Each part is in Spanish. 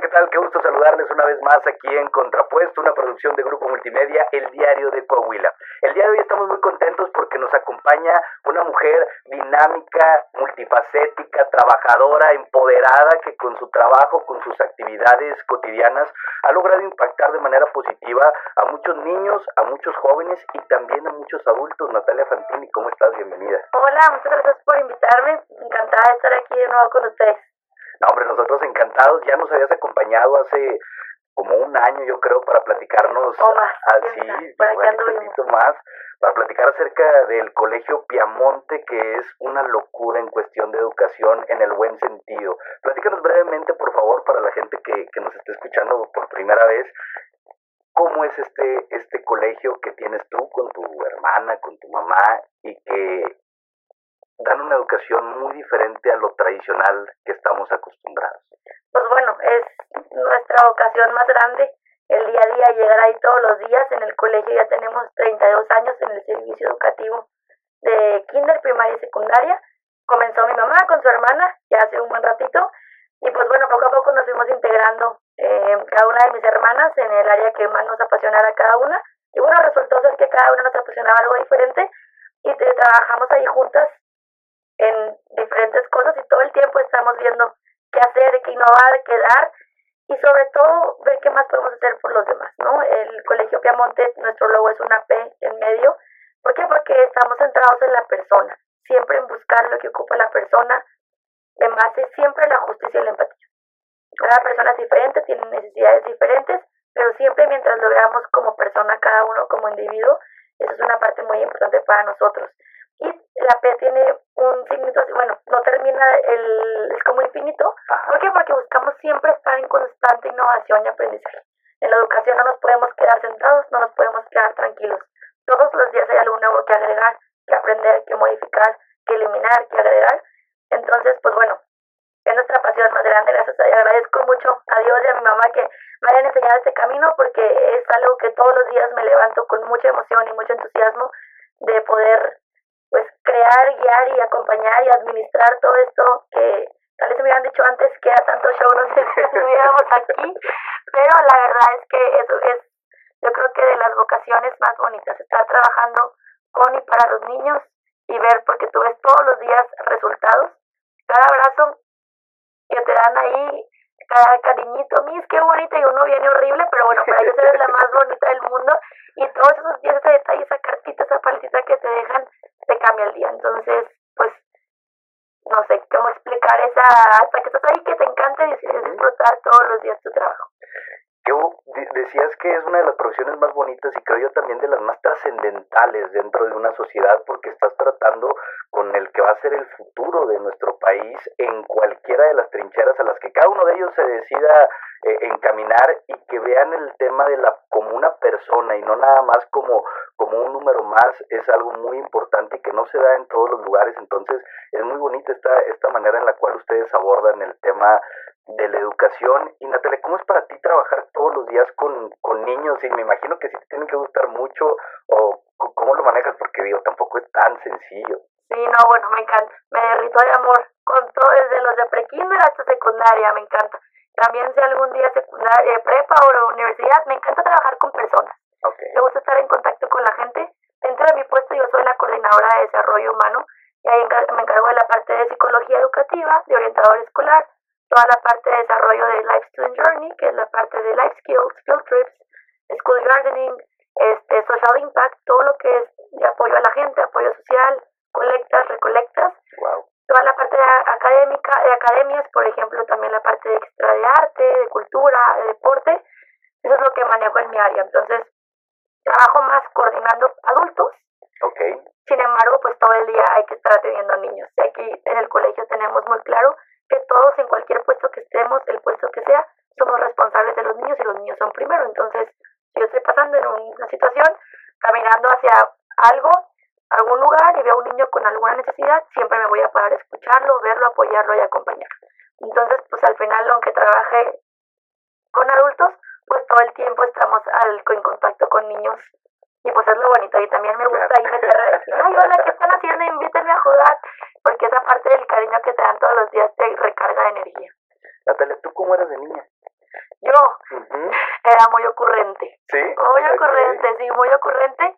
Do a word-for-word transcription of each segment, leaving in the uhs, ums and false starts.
¿qué tal? Qué gusto saludarles una vez más aquí en Contrapuesto, una producción de Grupo Multimedia, El Diario de Coahuila. El día de hoy estamos muy contentos porque nos acompaña una mujer dinámica, multifacética, trabajadora, empoderada, que con su trabajo, con sus actividades cotidianas, ha logrado impactar de manera positiva a muchos niños, a muchos jóvenes y también a muchos adultos. Natalia Fantini, ¿cómo estás? Bienvenida. Hola, muchas gracias por invitarme. Encantada de estar aquí de nuevo con ustedes. No, hombre, nosotros encantados. Ya nos habías acompañado hace como un año, yo creo, para platicarnos o más, así, para igual un poquito más, para platicar acerca del Colegio Piamonte, que es una locura en cuestión de educación en el buen sentido. Platícanos brevemente, por favor, para la gente que, que nos esté escuchando por primera vez, ¿cómo es este, este colegio que tienes tú con tu hermana, con tu mamá, y que dan una educación muy diferente a lo tradicional que estamos acostumbrados? Pues bueno, es nuestra vocación más grande, el día a día, llegar ahí todos los días. En el colegio ya tenemos treinta y dos años en el servicio educativo de kinder, primaria y secundaria. Comenzó mi mamá con su hermana ya hace un buen ratito, y pues bueno, poco a poco nos fuimos integrando eh, cada una de mis hermanas en el área que más nos apasionara a cada una, y bueno, resultó ser que cada una nos apasionaba algo diferente, y te, trabajamos ahí juntas en diferentes cosas, y todo el tiempo estamos viendo qué hacer, qué innovar, qué dar, y sobre todo ver qué más podemos hacer por los demás, ¿no? El Colegio Piamonte, nuestro logo es una P en medio. ¿Por qué? Porque estamos centrados en la persona, siempre en buscar lo que ocupa la persona, en base siempre a la justicia y la empatía. Cada persona es diferente, tiene necesidades diferentes, pero siempre mientras lo veamos como persona, cada uno como individuo, eso es una parte muy importante para nosotros. Y la P tiene un signo, bueno, no termina, el, es como infinito. ¿Por qué? Porque buscamos siempre estar en constante innovación y aprendizaje. En la educación no nos podemos quedar sentados, no nos podemos quedar tranquilos. Todos los días hay algo nuevo que agregar, que aprender, que modificar, que eliminar, que agregar. Entonces, pues bueno, es nuestra pasión más grande. Gracias a Dios, agradezco mucho a Dios y a mi mamá que me hayan enseñado este camino, porque es algo que todos los días me levanto con mucha emoción y mucho entusiasmo de poder pues crear, guiar y acompañar y administrar todo esto que tal vez me hubieran dicho antes que a tanto show nos estuviéramos aquí, pero la verdad es que eso es, yo creo que de las vocaciones más bonitas, estar trabajando con y para los niños y ver, porque tú ves todos los días resultados, cada abrazo que te dan ahí, cada cariñito, mis, qué bonita, y uno viene horrible, pero bueno, para ellos eres la más bonita del mundo, y todos esos días, ese detalle, esa cartita, esa paletita que te dejan, te cambia el día. Entonces, pues, no sé cómo explicar esa, hasta que estás ahí, que te encanta y decides disfrutar todos los días tu trabajo. Que decías que es una de las profesiones más bonitas y creo yo también de las más trascendentales dentro de una sociedad, porque estás tratando con el que va a ser el futuro de nuestro país en cualquiera de las trincheras a las que cada uno de ellos se decida eh, encaminar, y que vean el tema de la como una persona y no nada más como, como un número más. Es algo muy importante y que no se da en todos los lugares. Entonces es muy bonita esta, esta manera en la cual ustedes abordan el tema de la educación. Y Natalia, ¿cómo es para ti trabajar todos los días con, con niños? Y me imagino que sí te tienen que gustar mucho, o ¿cómo lo manejas? Porque digo, tampoco es tan sencillo. Sí, no, bueno, me encanta, me derrito de amor con todo, desde los de prekinder hasta secundaria, me encanta. También si algún día secundaria, eh, prepa o universidad, me encanta trabajar con personas. Okay. Me gusta estar en contacto con la gente. Dentro de mi puesto yo soy la coordinadora de desarrollo humano, y ahí me encargo de la parte de psicología educativa, de orientador escolar, toda la parte de desarrollo de Life Student Journey, que es la parte de Life Skills, Field Trips, School Gardening, este, Social Impact, todo lo que es de apoyo a la gente, apoyo social, colectas, recolectas. Wow. Toda la parte de académica, de academias, por ejemplo, también la parte de extra de arte, de cultura, de deporte. Eso es lo que manejo en mi área. Entonces, trabajo más coordinando adultos. Okay. Sin embargo, pues todo el día hay que estar atendiendo a niños. Y aquí en el colegio tenemos muy claro que todos, en cualquier puesto que estemos, el puesto que sea, somos responsables de los niños, y los niños son primero. Entonces, si yo estoy pasando en una situación, caminando hacia algo, algún lugar, y veo a un niño con alguna necesidad, siempre me voy a parar a escucharlo, verlo, apoyarlo y acompañarlo. Entonces, pues al final, aunque trabaje con adultos, pues todo el tiempo estamos al, en contacto con niños, y pues es lo bonito. Y también me gusta ahí meter, ay, hola, ¿qué están haciendo? Invítenme a jugar, porque esa parte del cariño que te dan todos los días te recarga de energía. Natalia, ¿tú cómo eras de niña? Yo Ujú. era muy ocurrente. ¿Sí? Muy Ok. ocurrente, sí, muy ocurrente,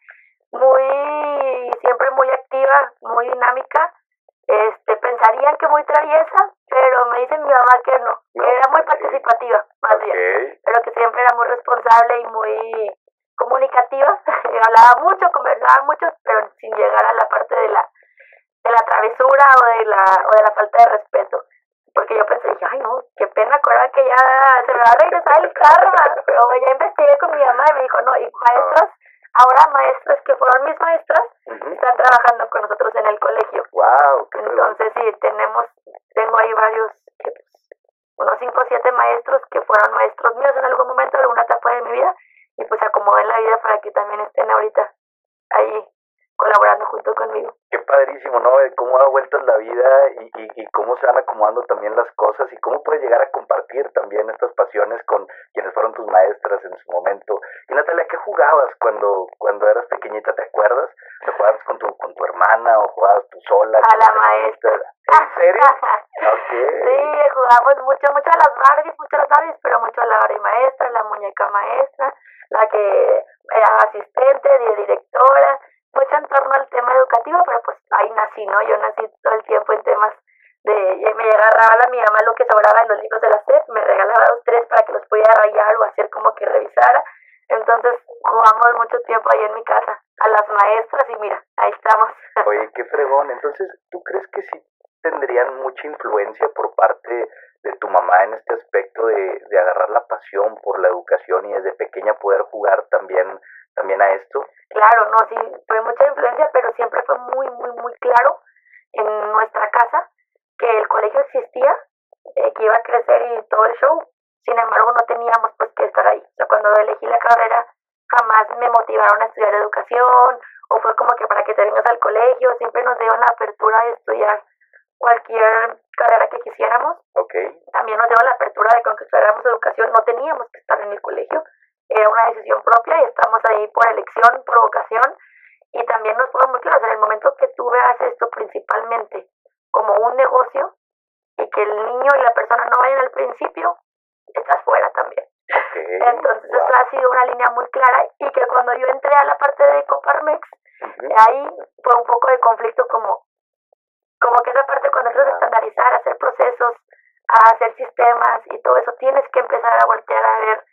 muy, siempre muy activa, muy dinámica. Este, pensarían que muy traviesa, pero me dice mi mamá que no, No, que era muy ok. participativa, más bien, Ok. pero que siempre era muy responsable y muy comunicativa. Y hablaba mucho, conversaba mucho, pero sin llegar a la parte de la, de la travesura o de la, o de la falta de respeto. Porque yo pensé, dije, ay no, qué pena, ahora que ya se me va a regresar el karma. Pero ya investigué con mi mamá y me dijo, no, y maestras, ahora maestras que fueron mis maestras, Ujú. están trabajando con nosotros en el colegio. Wow, qué fregón. Entonces sí, tenemos, tengo ahí varios, que, pues, unos cinco o siete maestros que fueron maestros míos en algún momento, en alguna etapa de mi vida, y pues se acomodé en la vida para que también estén ahorita ahí colaborando junto conmigo. Qué padrísimo, ¿no? De cómo da vueltas la vida y, y, y cómo se van acomodando también las cosas y cómo puedes llegar a compartir también estas pasiones con quienes fueron tus maestras en su momento. Y Natalia, ¿qué jugabas cuando, cuando eras pequeñita? ¿Te acuerdas? ¿Te jugabas con tu, con tu hermana o jugabas tú sola? A con la las maestra. hermanitas? ¿En serio? Ok. Sí, jugamos mucho, mucho a las Barbies, mucho a las Barbies, pero mucho a la Barbie maestra, la muñeca maestra, la que era asistente, de directora, mucho en torno al tema educativo, pero pues ahí nací, ¿no? Yo nací todo el tiempo en temas de, y me agarraba la mi mamá lo que sobraba en los libros de la S E P, me regalaba dos, tres para que los pudiera rayar o hacer como que revisara. Entonces jugamos mucho tiempo ahí en mi casa, a las maestras y mira, ahí estamos. Oye, qué fregón. Entonces, ¿tú crees que sí tendrían mucha influencia por parte de tu mamá en este aspecto de, de agarrar la pasión por la educación y desde pequeña poder jugar también, también a esto? Claro, no, sí, fue mucha influencia, pero siempre fue muy, muy, muy claro en nuestra casa que el colegio existía, eh, que iba a crecer y todo el show. Sin embargo, no teníamos pues que estar ahí. O sea, cuando elegí la carrera, jamás me motivaron a estudiar educación, o fue como que para que te vengas al colegio, siempre nos dieron la apertura de estudiar cualquier carrera que quisiéramos. Ok. También nos dieron la apertura de que aunque estudiáramos educación, no teníamos que estar en el colegio. Era una decisión propia y estamos ahí por elección, por vocación. Y también nos fue muy claro, en el momento que tú veas esto principalmente como un negocio y que el niño y la persona no vayan al principio, estás fuera también. Okay. Entonces Wow. esa ha sido una línea muy clara y que cuando yo entré a la parte de Coparmex, Ujú. ahí fue un poco de conflicto como, como que esa parte cuando empiezas a estandarizar, a hacer procesos, a hacer sistemas y todo eso, tienes que empezar a voltear a ver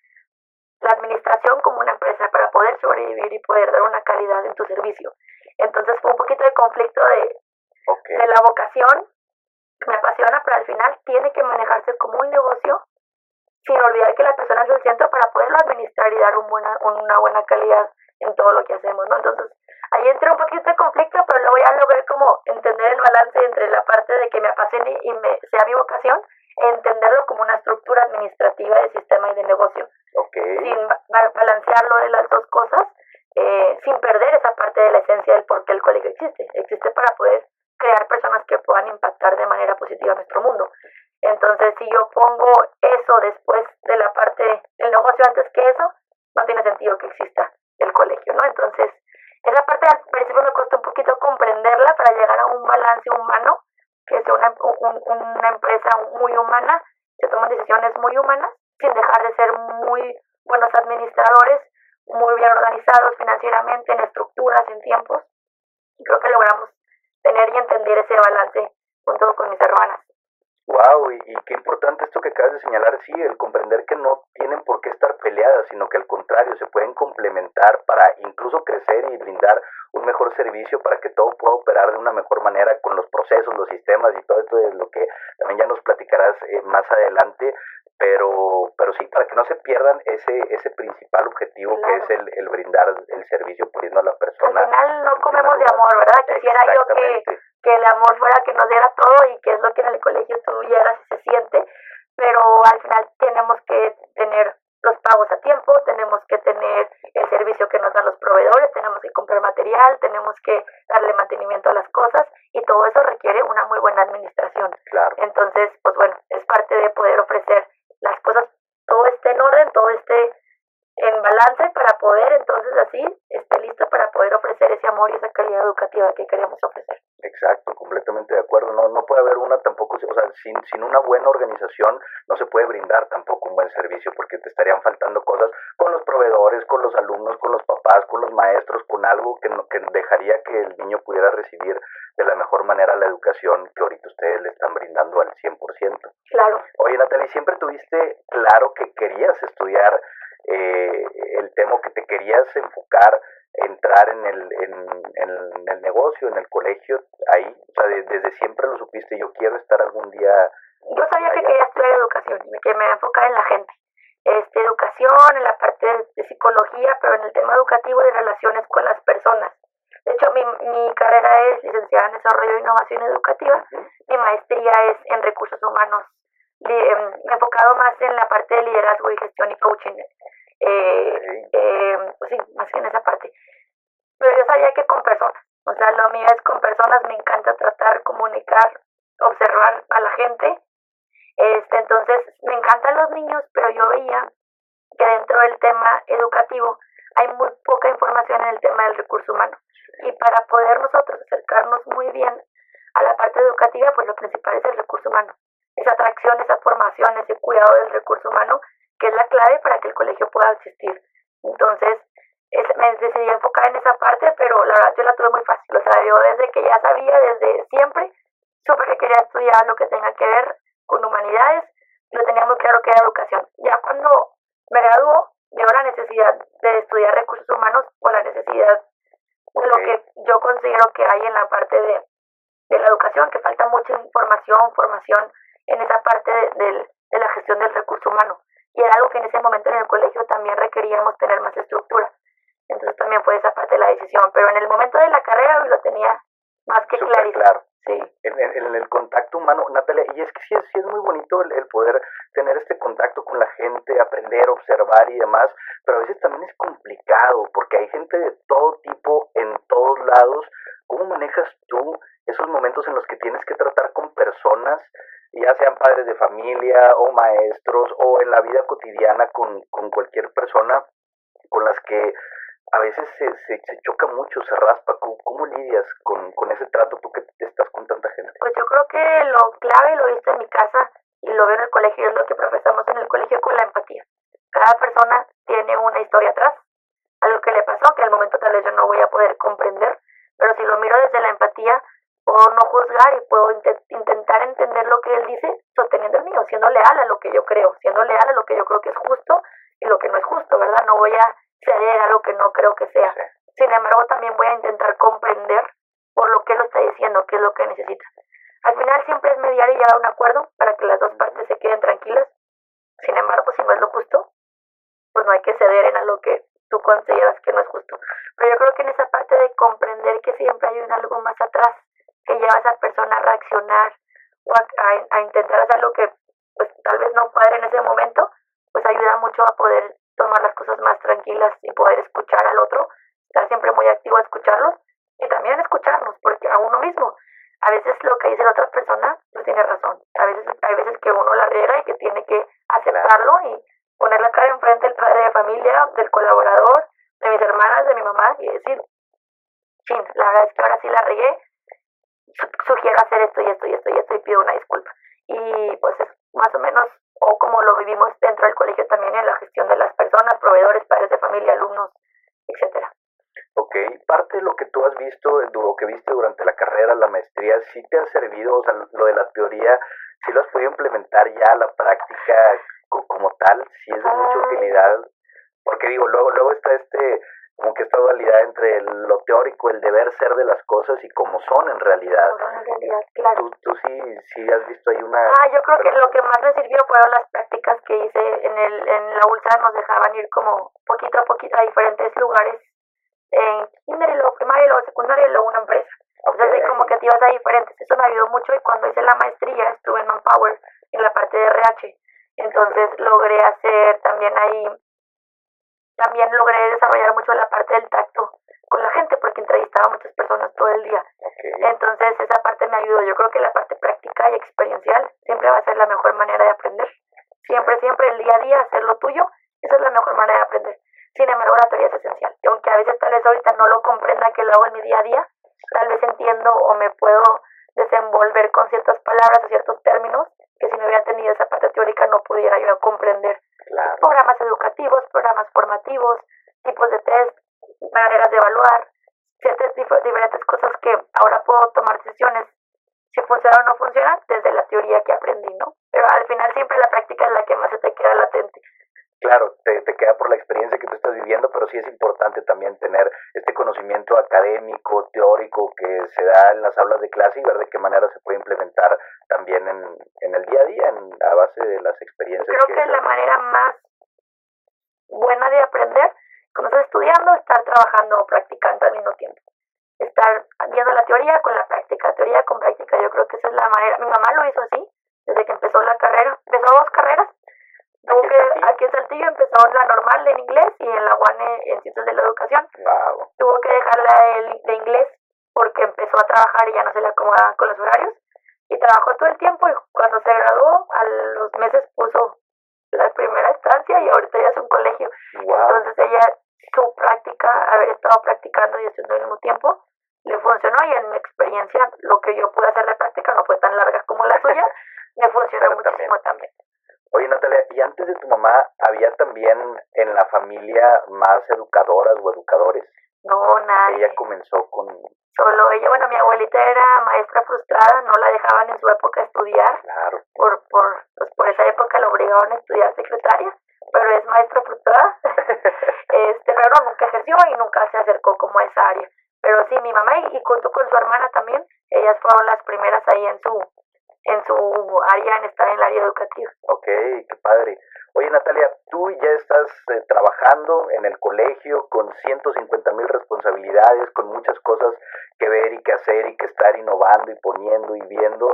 la administración como una empresa para poder sobrevivir y poder dar una calidad en tu servicio. Entonces fue un poquito de conflicto de, Okay. de la vocación, me apasiona, pero al final tiene que manejarse como un negocio sin olvidar que la persona es el centro para poderlo administrar y dar un buena, una buena calidad en todo lo que hacemos, ¿no? Entonces ahí entré un poquito de conflicto, pero luego ya logré como entender el balance entre la parte de que me apasione y me, sea mi vocación, e entenderlo como una estructura administrativa de sistema y de negocio. Okay. Sin ba balancearlo de las dos cosas, eh, sin perder esa parte de la esencia del por qué el colegio existe. Existe para poder crear personas que puedan impactar de manera positiva nuestro mundo. Entonces, si yo pongo eso después de la parte del negocio antes que eso, no tiene sentido que exista el colegio, ¿no? Entonces, esa parte al principio me costó un poquito comprenderla para llegar a un balance humano, que sea una, un, una empresa muy humana, se toman decisiones muy humanas, sin dejar de ser muy buenos administradores, muy bien organizados financieramente, en estructuras, en tiempos. Y creo que logramos tener y entender ese balance junto con mis hermanas. Wow, y, y qué importante esto que acabas de señalar, sí, el comprender que no tienen por qué estar peleadas, sino que al contrario, se pueden complementar para incluso crecer y brindar un mejor servicio para que todo pueda operar de una mejor manera con los procesos, los sistemas y todo esto de lo que también ya nos platicarás eh, más adelante, pero pero sí, para que no se pierdan ese ese principal objetivo, claro, que es el, el brindar el servicio poniendo a la persona. Al final no comemos de amor, ¿verdad? Quisiera yo que, que el amor fuera que nos diera todo y que es lo que en el colegio tú llegas y se siente, pero al final tenemos que tener los pagos a tiempo, tenemos que tener el servicio que nos dan los proveedores, tenemos que comprar material, tenemos que darle mantenimiento a las cosas y todo eso requiere una muy buena administración. Claro. Entonces, pues bueno, es parte de poder ofrecer las cosas, todo esté en orden, todo esté en balance para poder entonces así esté listo para poder ofrecer ese amor y esa calidad educativa que queremos ofrecer. Exacto, completamente de acuerdo. No, no puede haber una tampoco se- o sea, sin, sin una buena organización no se puede brindar tampoco un buen servicio porque te estarían faltando cosas con los proveedores, con los alumnos, con los papás, con los maestros, con algo que, no- que dejaría que el niño pudiera recibir de la mejor manera la educación que ahorita ustedes le están brindando al cien por ciento. Claro. Oye, Natalie, ¿siempre tuviste claro que querías estudiar eh, el tema, que te querías enfocar, entrar en el, en, en el negocio, en el colegio, ahí? O sea, de- desde siempre lo supiste, yo quiero estar algún día Yo sabía que allá. quería estudiar educación, que me iba a enfocar en la gente. Este, educación, en la parte de, de psicología, pero en el tema educativo y relaciones con las personas. De hecho, mi, mi carrera es licenciada en Desarrollo e Innovación Educativa. Ujú. Mi maestría es en Recursos Humanos, li- em, enfocado más en la parte de liderazgo y gestión y coaching. Eh, Ok. eh, pues sí, más que en esa parte. Pero yo sabía que con personas, o sea, lo mío es con personas, me encanta tratar, comunicar, observar a la gente. Este, entonces, me encantan los niños, pero yo veía que dentro del tema educativo hay muy poca información en el tema del recurso humano. Y para poder nosotros acercarnos muy bien a la parte educativa, pues lo principal es el recurso humano. Esa atracción, esa formación, ese cuidado del recurso humano, que es la clave para que el colegio pueda existir. Entonces, es, me decidí a enfocar en esa parte, pero la verdad yo la tuve muy fácil. O sea, yo desde que ya sabía, desde siempre, supe que quería estudiar lo que tenga que ver con humanidades, lo tenía muy claro que era educación. Ya cuando me graduó, veo la necesidad de estudiar recursos humanos o la necesidad de lo Ok. que yo considero que hay en la parte de, de la educación, que falta mucha información, formación en esa parte de, del- de la gestión del recurso humano. Y era algo que en ese momento en el colegio también requeríamos tener más estructura. Entonces también fue esa parte de la decisión. Pero en el momento de la carrera lo tenía más que Súper clarísimo. claro. Sí. En, en- en el contacto humano, Natalia, y es que sí es, sí es muy bonito el, el poder tener este contacto con la gente, aprender, observar y demás, pero a veces también es complicado porque hay gente de todo tipo en todos lados. ¿Cómo manejas tú esos momentos en los que tienes que tratar con personas, ya sean padres de familia o maestros o en la vida cotidiana con, con cualquier persona con las que a veces se, se, se choca mucho, se raspa? ¿Cómo, cómo lidias con, con ese trato tú que estás con tanta gente? Pues yo creo que lo clave, lo he visto en mi casa y lo veo en el colegio, es lo que profesamos en el colegio con la empatía. Cada persona tiene una historia atrás, algo que le pasó, que al momento tal vez yo no voy a poder comprender, pero si lo miro desde la empatía, puedo no juzgar y puedo int- intentar entender lo que él dice, sosteniendo el mío, siendo leal a lo que yo creo, siendo leal a lo que yo creo que es justo y lo que no es justo, ¿verdad? No voy a ceder a lo que no creo que sea. Sí. Sin embargo, también voy a intentar comprender por lo que lo está diciendo, qué es lo que necesita. Al final siempre es mediar y llegar a un acuerdo para que las dos partes se queden tranquilas. Sin embargo, si no es lo justo, pues no hay que ceder en algo que tú consideras que no es justo. Pero yo creo que en esa parte de comprender que siempre hay un algo más atrás que lleva a esa persona a reaccionar o a, a, a intentar hacer algo que pues tal vez no cuadre en ese momento, pues ayuda mucho a poder tomar las cosas más tranquilas y poder escuchar al otro, estar siempre muy activo a escucharlos y también escucharnos, porque a uno mismo, a veces lo que dice la otra persona pues tiene razón, a veces hay veces que uno la riega y que tiene que aceptarlo y poner la cara enfrente del padre de familia, del colaborador, de mis hermanas, de mi mamá y decir, chin, la verdad es que ahora sí la regué, su- sugiero hacer esto y esto y esto y esto y pido una disculpa. Y pues es más o menos o como lo vivimos dentro del colegio también en la gestión de las personas, proveedores, padres de familia, alumnos, etcétera. Ok, parte de lo que tú has visto, lo que viste durante la carrera, la maestría, ¿sí te ha servido? O sea, lo de la teoría, ¿sí lo has podido implementar ya a la práctica co- como tal? ¿Sí es de mucha Ay, utilidad? Porque digo, luego, luego está este, como que esta dualidad entre lo teórico, el deber ser de las cosas y cómo son en realidad. no son en realidad, claro. Tú, tú sí, sí has visto ahí una... Ah, yo creo que lo que más me sirvió fueron las prácticas que hice en el en la U L S A. Nos dejaban ir como poquito a poquito a diferentes lugares en kinder y luego primaria y luego secundaria y luego una empresa. Entonces hay como que te ibas a diferentes. Eso me ayudó mucho y cuando hice la maestría estuve en Manpower en la parte de R H. Entonces logré hacer también ahí, también logré desarrollar mucho la parte del tacto con la gente porque entrevistaba a muchas personas todo el día. Ok. Entonces esa parte me ayudó. Yo creo que la parte práctica y experiencial siempre va a ser la mejor manera de aprender. Siempre, siempre el día a día hacer lo tuyo, esa es la mejor manera de aprender. Sin embargo, la teoría es esencial. Y aunque a veces tal vez ahorita no lo comprenda que lo hago en mi día a día, tal vez entiendo o me puedo desenvolver con ciertas palabras o ciertos términos que si no hubiera tenido esa parte teórica no pudiera yo comprender. Claro. Programas educativos, programas formativos, tipos de test, maneras de evaluar, ciertas dif- diferentes cosas que ahora puedo tomar decisiones si funciona o no funciona desde la teoría que aprendí, ¿no? Pero al final siempre la práctica es la que más se te queda latente. Claro, te, te queda por la experiencia que tú estás viviendo, pero sí es importante también tener este conocimiento académico, teórico, que se da en las aulas de clase y ver de qué manera se puede implementar también en, en el día a día, en, a base de las experiencias. Creo que que se la hacen. manera más buena de aprender, cuando estás estudiando, estar trabajando o practicando al mismo tiempo. Estar viendo la teoría con la práctica, teoría con práctica. Yo creo que esa es la manera. Mi mamá lo hizo así, desde que empezó la carrera. Empezó dos carreras. Tuvo ¿Aquí en que, Saltillo? aquí en Saltillo empezó la normal en inglés y en la U A N E en Ciencias de la Educación. Wow. Tuvo que dejar la de, de inglés porque empezó a trabajar y ya no se le acomodaban con los horarios. Y trabajó todo el tiempo y cuando se graduó, a los meses puso la primera estancia y ahorita ya es un colegio. Wow. Entonces ella, su práctica, haber estado practicando y estudiando al mismo tiempo, le funcionó y en mi experiencia lo que yo pude hacer de práctica no fue tan larga como la suya, me funcionó Pero muchísimo también. también. Oye, Natalia, ¿y antes de tu mamá había también en la familia más educadoras o educadores? No, nadie. Ella comenzó con... Solo ella, bueno, mi abuelita era maestra frustrada, no la dejaban en su época estudiar, Claro. por, por, pues por esa época la obligaban a estudiar secretaria, pero es maestra frustrada, este, pero no, nunca ejerció y nunca se acercó como a esa área. Pero sí, mi mamá y, y junto con su hermana también, ellas fueron las primeras ahí en su, en su área, en estar en el área educativa. Ok, qué padre. Oye, Natalia, tú ya estás eh, trabajando en el colegio con ciento cincuenta mil responsabilidades, con muchas cosas que ver y que hacer y que estar innovando y poniendo y viendo.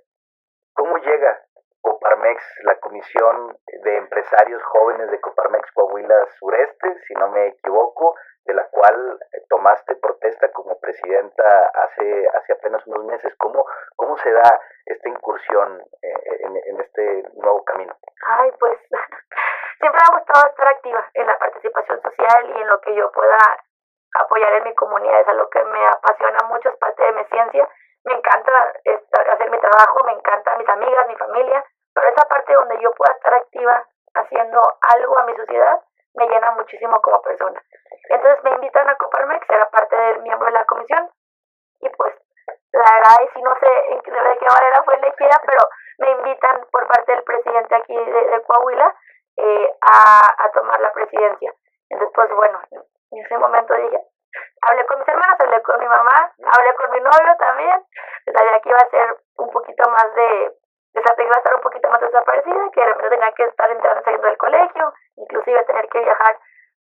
¿Cómo llega Coparmex, la Comisión de Empresarios Jóvenes de Coparmex Coahuila Sureste, si no me equivoco, de la cual eh, tomaste protesta como presidenta hace, hace apenas unos meses? ¿Cómo, cómo se da esta incursión eh, en, en este nuevo camino? Ay, pues siempre me ha gustado estar activa en la participación social y en lo que yo pueda apoyar en mi comunidad. Es algo que me apasiona mucho, es parte de mi ciencia. Me encanta estar, hacer mi trabajo, me encantan mis amigas, mi familia, pero esa parte donde yo pueda estar activa haciendo algo a mi sociedad me llena muchísimo como persona. Entonces me invitan a Coparmex, era parte del miembro de la comisión y pues la verdad es si no sé en qué, de qué manera fue elegida, pero me invitan por parte del presidente aquí de, de Coahuila eh, a, a tomar la presidencia. Entonces pues bueno, en ese momento dije, hablé con mis hermanas, hablé con mi mamá, hablé con mi novio también, sabía que iba a ser un poquito más de, que iba a estar un poquito más desaparecida, que de repente tenía que estar entrando y saliendo del colegio, inclusive tener que viajar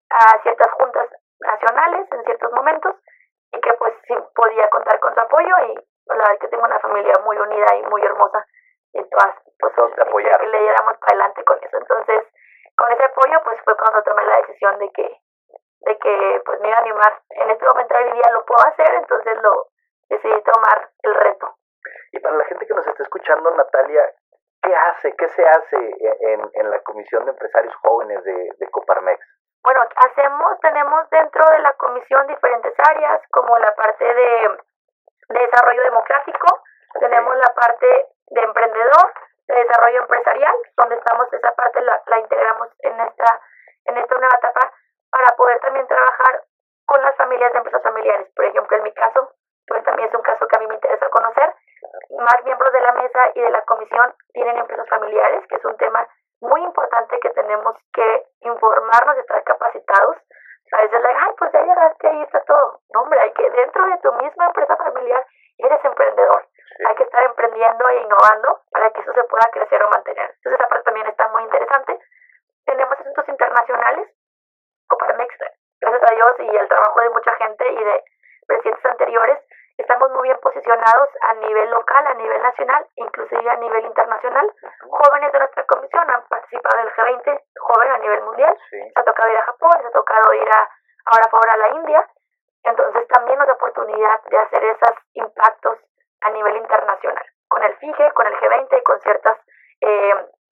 a ciertas juntas nacionales en ciertos momentos, y que pues sí podía contar con su apoyo, y pues, la verdad es que tengo una familia muy unida y muy hermosa, y todas, pues, Todos te apoyaron. que le diéramos para adelante con eso. Entonces, con ese apoyo, pues fue cuando tomé la decisión de que de que pues me iba a animar. En este momento de mi vida lo puedo hacer, entonces lo decidí tomar el reto. Y para la gente que nos está escuchando, Natalia, ¿qué hace? ¿Qué se hace en, en la Comisión de Empresarios Jóvenes de, de Coparmex? Bueno, hacemos, tenemos dentro de la comisión diferentes áreas, como la parte de, de desarrollo democrático, okay. Tenemos la parte de emprendedor, de desarrollo empresarial, donde estamos, esa parte la, la integramos en esta, en esta nueva etapa, para poder también trabajar con las familias de empresas familiares. Por ejemplo, en mi caso, pues también es un caso que a mí me interesa conocer. Más miembros de la mesa y de la comisión tienen empresas familiares, que es un tema muy importante que tenemos que informarnos y estar capacitados. A veces, like, ay, pues ya llegaste, ahí está todo. No, hombre, hay que, dentro de tu misma empresa familiar, eres emprendedor. Sí. Hay que estar emprendiendo e innovando para que eso se pueda crecer o mantener. Entonces, esa parte también está muy interesante. Tenemos asuntos internacionales. Coparmex, gracias a Dios y al trabajo de mucha gente y de presidentes anteriores, estamos muy bien posicionados a nivel local, a nivel nacional, inclusive a nivel internacional. Jóvenes de nuestra comisión han participado en el G veinte, joven a nivel mundial. Sí. Se ha tocado ir a Japón, se ha tocado ir a, ahora por ahora a la India. Entonces también nos da oportunidad de hacer esos impactos a nivel internacional, con el FIGE, con el G veinte y con ciertas eh,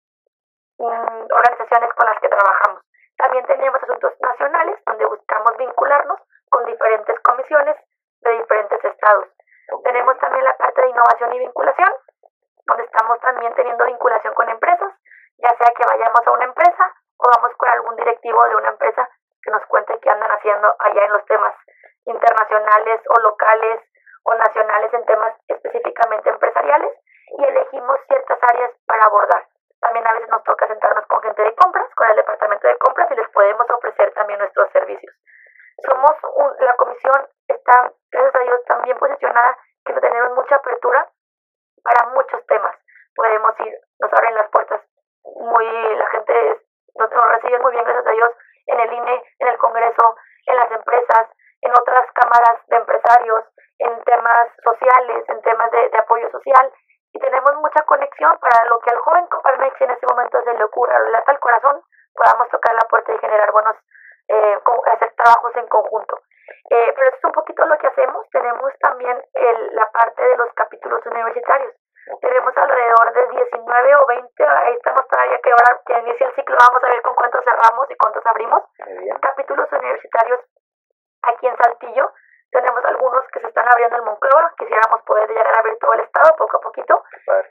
organizaciones con las que trabajamos. También tenemos asuntos nacionales, donde buscamos vincularnos con diferentes comisiones de diferentes estados. Okay. Tenemos también la parte de innovación innovación y vinculación, donde estamos también teniendo vinculación con empresas, ya sea que vayamos a una empresa o vamos con algún directivo de una empresa que nos cuente qué andan haciendo allá en los temas internacionales o locales o nacionales en temas específicamente empresariales, y elegimos ciertas áreas para abordar. También a veces nos toca sentarnos con gente de compras, con el departamento de compras, y les podemos ofrecer también nuestros servicios. Somos un, la comisión está, gracias a Dios, tan bien posicionada que tenemos mucha apertura para muchos temas. Podemos ir, nos abren las puertas, muy, la gente es, nos, nos recibe muy bien, gracias a Dios, en el I N E, en el Congreso, en las empresas, en otras cámaras de empresarios, en temas sociales, en temas de, de apoyo social, y tenemos mucha conexión para lo que al joven Coparmex en este momento se le ocurra, le lata al corazón, podamos tocar la puerta y generar buenos, eh, hacer trabajos en conjunto. Eh, pero eso es un poquito lo que hacemos. Tenemos también el, la parte de los capítulos universitarios. Tenemos alrededor de diecinueve o veinte, ahí estamos todavía que ahora que inicia el ciclo vamos a ver con cuántos cerramos y cuántos abrimos. Capítulos universitarios aquí en Saltillo. Tenemos algunos que se están abriendo en Monclova, quisiéramos poder llegar a abrir todo el estado poco a poquito.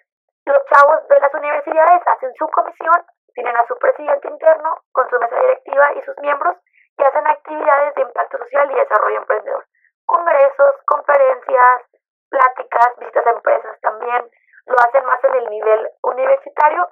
Los chavos de las universidades hacen su comisión, tienen a su presidente interno con su mesa directiva y sus miembros, y hacen actividades de impacto social y desarrollo emprendedor. Congresos, conferencias, pláticas, visitas a empresas también. Lo hacen más en el nivel universitario,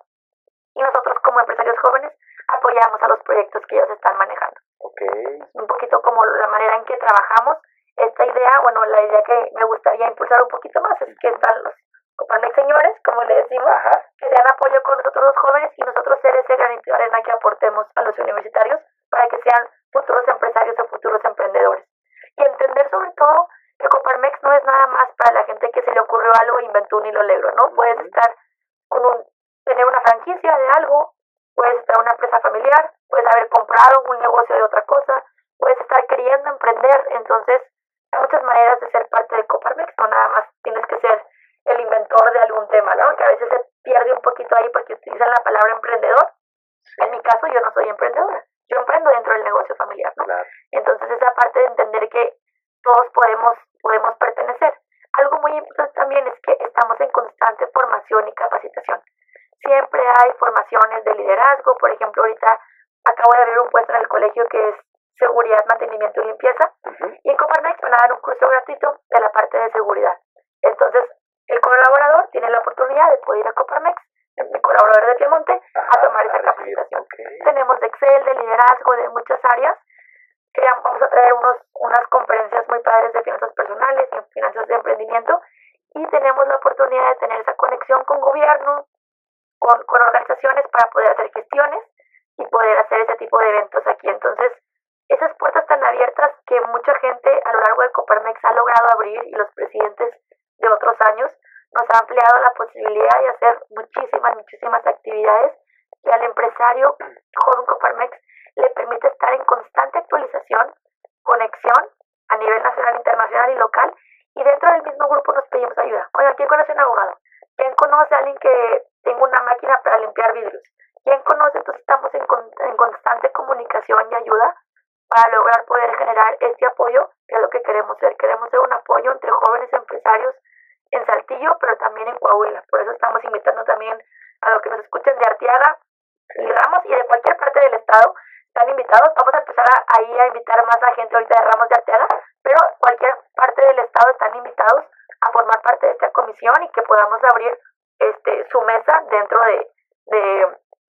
y nosotros como empresarios jóvenes apoyamos a los proyectos que ellos están manejando. Okay. Un poquito como la manera en que trabajamos. Esta idea, bueno, la idea que me gustaría impulsar un poquito más es que están los Coparmex señores, como le decimos, Ajá. que sean apoyo con nosotros los jóvenes y nosotros ser ese granito de arena que aportemos a los universitarios para que sean futuros empresarios o futuros emprendedores. Y entender sobre todo que Coparmex no es nada más para la gente que se le ocurrió algo e inventó un hilo negro, ¿no? Puedes estar con un, tener una franquicia de algo, puedes estar en una empresa familiar, puedes haber comprado un negocio de otra cosa, puedes estar queriendo emprender. Entonces hay muchas maneras de ser parte de Coparmex, no nada más tienes que ser el inventor de algún tema, ¿no? Que a veces se pierde un poquito ahí porque utilizan la palabra emprendedor. En mi caso yo no soy emprendedora, yo emprendo dentro del negocio familiar, ¿no? Claro. Entonces esa parte de entender que todos podemos, podemos pertenecer. Algo muy importante también es que estamos en constante formación y capacitación. Siempre hay formaciones de liderazgo. Por ejemplo, ahorita acabo de abrir un puesto en el colegio que es seguridad, mantenimiento y limpieza. Uh-huh. Y en Coparmex van a dar un curso gratuito de la parte de seguridad. Entonces, el colaborador tiene la oportunidad de poder ir a Coparmex, mi colaborador de Piemonte, Ajá, a tomar esa capacitación. Okay. Tenemos de Excel, de liderazgo, de muchas áreas. Que vamos a traer unos, unas conferencias muy padres de finanzas personales y finanzas de emprendimiento. Y tenemos la oportunidad de tener esa conexión con gobierno, con, con organizaciones para poder hacer gestiones y poder hacer ese tipo de eventos aquí. Entonces, esas puertas tan abiertas que mucha gente a lo largo de Coparmex ha logrado abrir, y los presidentes de otros años nos han ampliado la posibilidad de hacer muchísimas, muchísimas actividades que al empresario joven Coparmex le permite estar en constante actualización, conexión a nivel nacional, internacional y local, y dentro del mismo grupo nos pedimos ayuda. Oigan, ¿quién conoce a un abogado? ¿Quién conoce a alguien que tenga una máquina para limpiar vidrios? ¿Quién conoce? Entonces estamos en, con, en constante comunicación y ayuda para lograr poder generar este apoyo, que es lo que queremos ser. Queremos ser un apoyo entre jóvenes empresarios en Saltillo, pero también en Coahuila. Por eso estamos invitando también a los que nos escuchen de Arteaga y Ramos y de cualquier parte del estado. Están invitados. Vamos a empezar a, ahí a invitar más a gente ahorita de Ramos de Arteaga, pero cualquier parte del estado están invitados a formar parte de esta comisión y que podamos abrir este su mesa dentro de, de,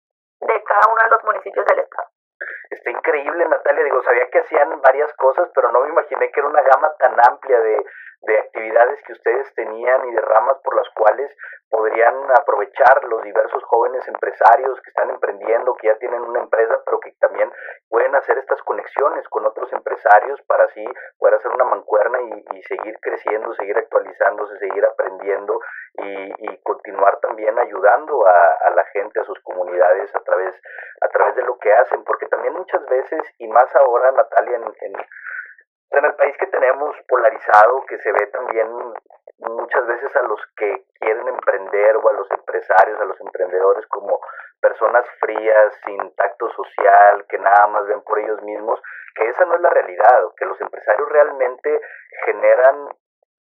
de cada uno de los municipios del estado. Está increíble, Natalia. Digo, sabía que hacían varias cosas, pero no me imaginé que era una gama tan amplia de, de actividades que ustedes tenían y de ramas por las cuales podrían aprovechar los diversos jóvenes empresarios que están emprendiendo, que ya tienen una empresa, pero que también pueden hacer estas conexiones con otros empresarios para así poder hacer una mancuerna y, y seguir creciendo, seguir actualizándose, seguir aprendiendo y, y continuar también ayudando a, a la gente, a sus comunidades a través, a través de lo que hacen, porque también muchas veces, y más ahora, Natalia, en, en en el país que tenemos polarizado, que se ve también muchas veces a los que quieren emprender o a los empresarios, a los emprendedores como personas frías, sin tacto social, que nada más ven por ellos mismos, que esa no es la realidad, que los empresarios realmente generan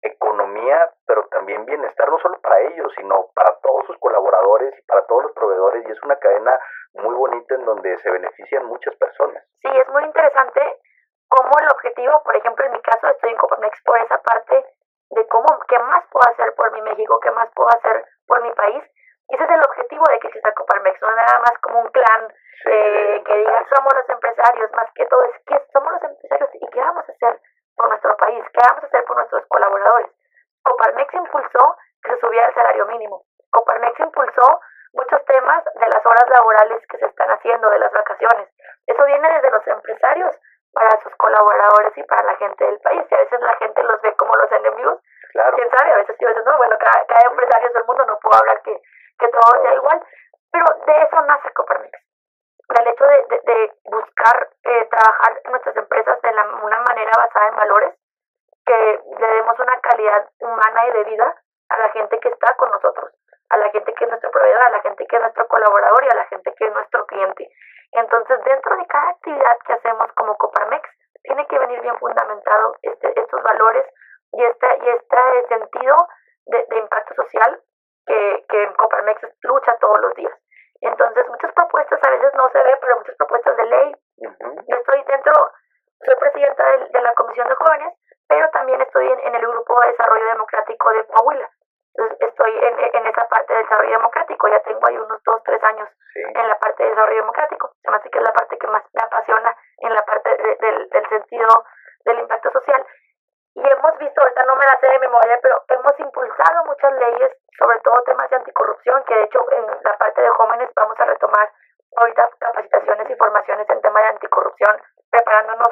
economía, pero también bienestar, no solo para ellos, sino para todos sus colaboradores y para todos los proveedores, y es una cadena muy bonita en donde se benefician muchas personas. Sí, es muy interesante cómo el objetivo, por ejemplo, en mi caso estoy en Coparmex por esa parte de cómo, qué más puedo hacer por mi México, qué más puedo hacer por mi país. Y ese es el objetivo de que exista Coparmex, no es nada más como un clan Sí, eh, que diga somos los empresarios, más que todo es que somos los empresarios y qué vamos a hacer por nuestro país, qué vamos a hacer por nuestros colaboradores. Coparmex impulsó que se subiera el salario mínimo. Coparmex impulsó muchos temas de las horas laborales que se están haciendo, de las vacaciones. Eso viene desde los empresarios para sus colaboradores y para la gente del país. Y a veces la gente los ve como los enemigos. Claro. Quién sabe, a veces sí, a veces no. Bueno, cada, cada empresario del mundo, no puedo hablar que, que todo sea igual. Pero de eso nace Coparmex. Del hecho de, de, de buscar eh, trabajar en nuestras empresas de la, una manera basada en valores, que le demos una calidad humana y de vida a la gente que está con nosotros, a la gente que es nuestro proveedor, a la gente que es nuestro colaborador y a la gente que es nuestro cliente. Entonces, dentro de cada actividad que hacemos como Coparmex, tiene que venir bien fundamentado este, estos valores y este, y este sentido de, de impacto social que, que en Coparmex lucha todos los días. Entonces, muchas propuestas a veces no se ve, pero muchas propuestas de ley. Uh-huh. Yo estoy dentro, soy presidenta de, de la Comisión de Jóvenes, pero también estoy en, en el Grupo de Desarrollo Democrático de Coahuila. Entonces, estoy en, en esa parte de desarrollo democrático, ya tengo ahí unos dos, tres años sí. en la parte de desarrollo democrático. Se me hace que es la parte que más me apasiona en la parte de, de, del sentido del impacto social. Y hemos visto, ahorita no me la sé de memoria, pero hemos impulsado muchas leyes, sobre todo temas de anticorrupción, que de hecho en la parte de jóvenes vamos a retomar ahorita capacitaciones y formaciones en tema de anticorrupción, preparándonos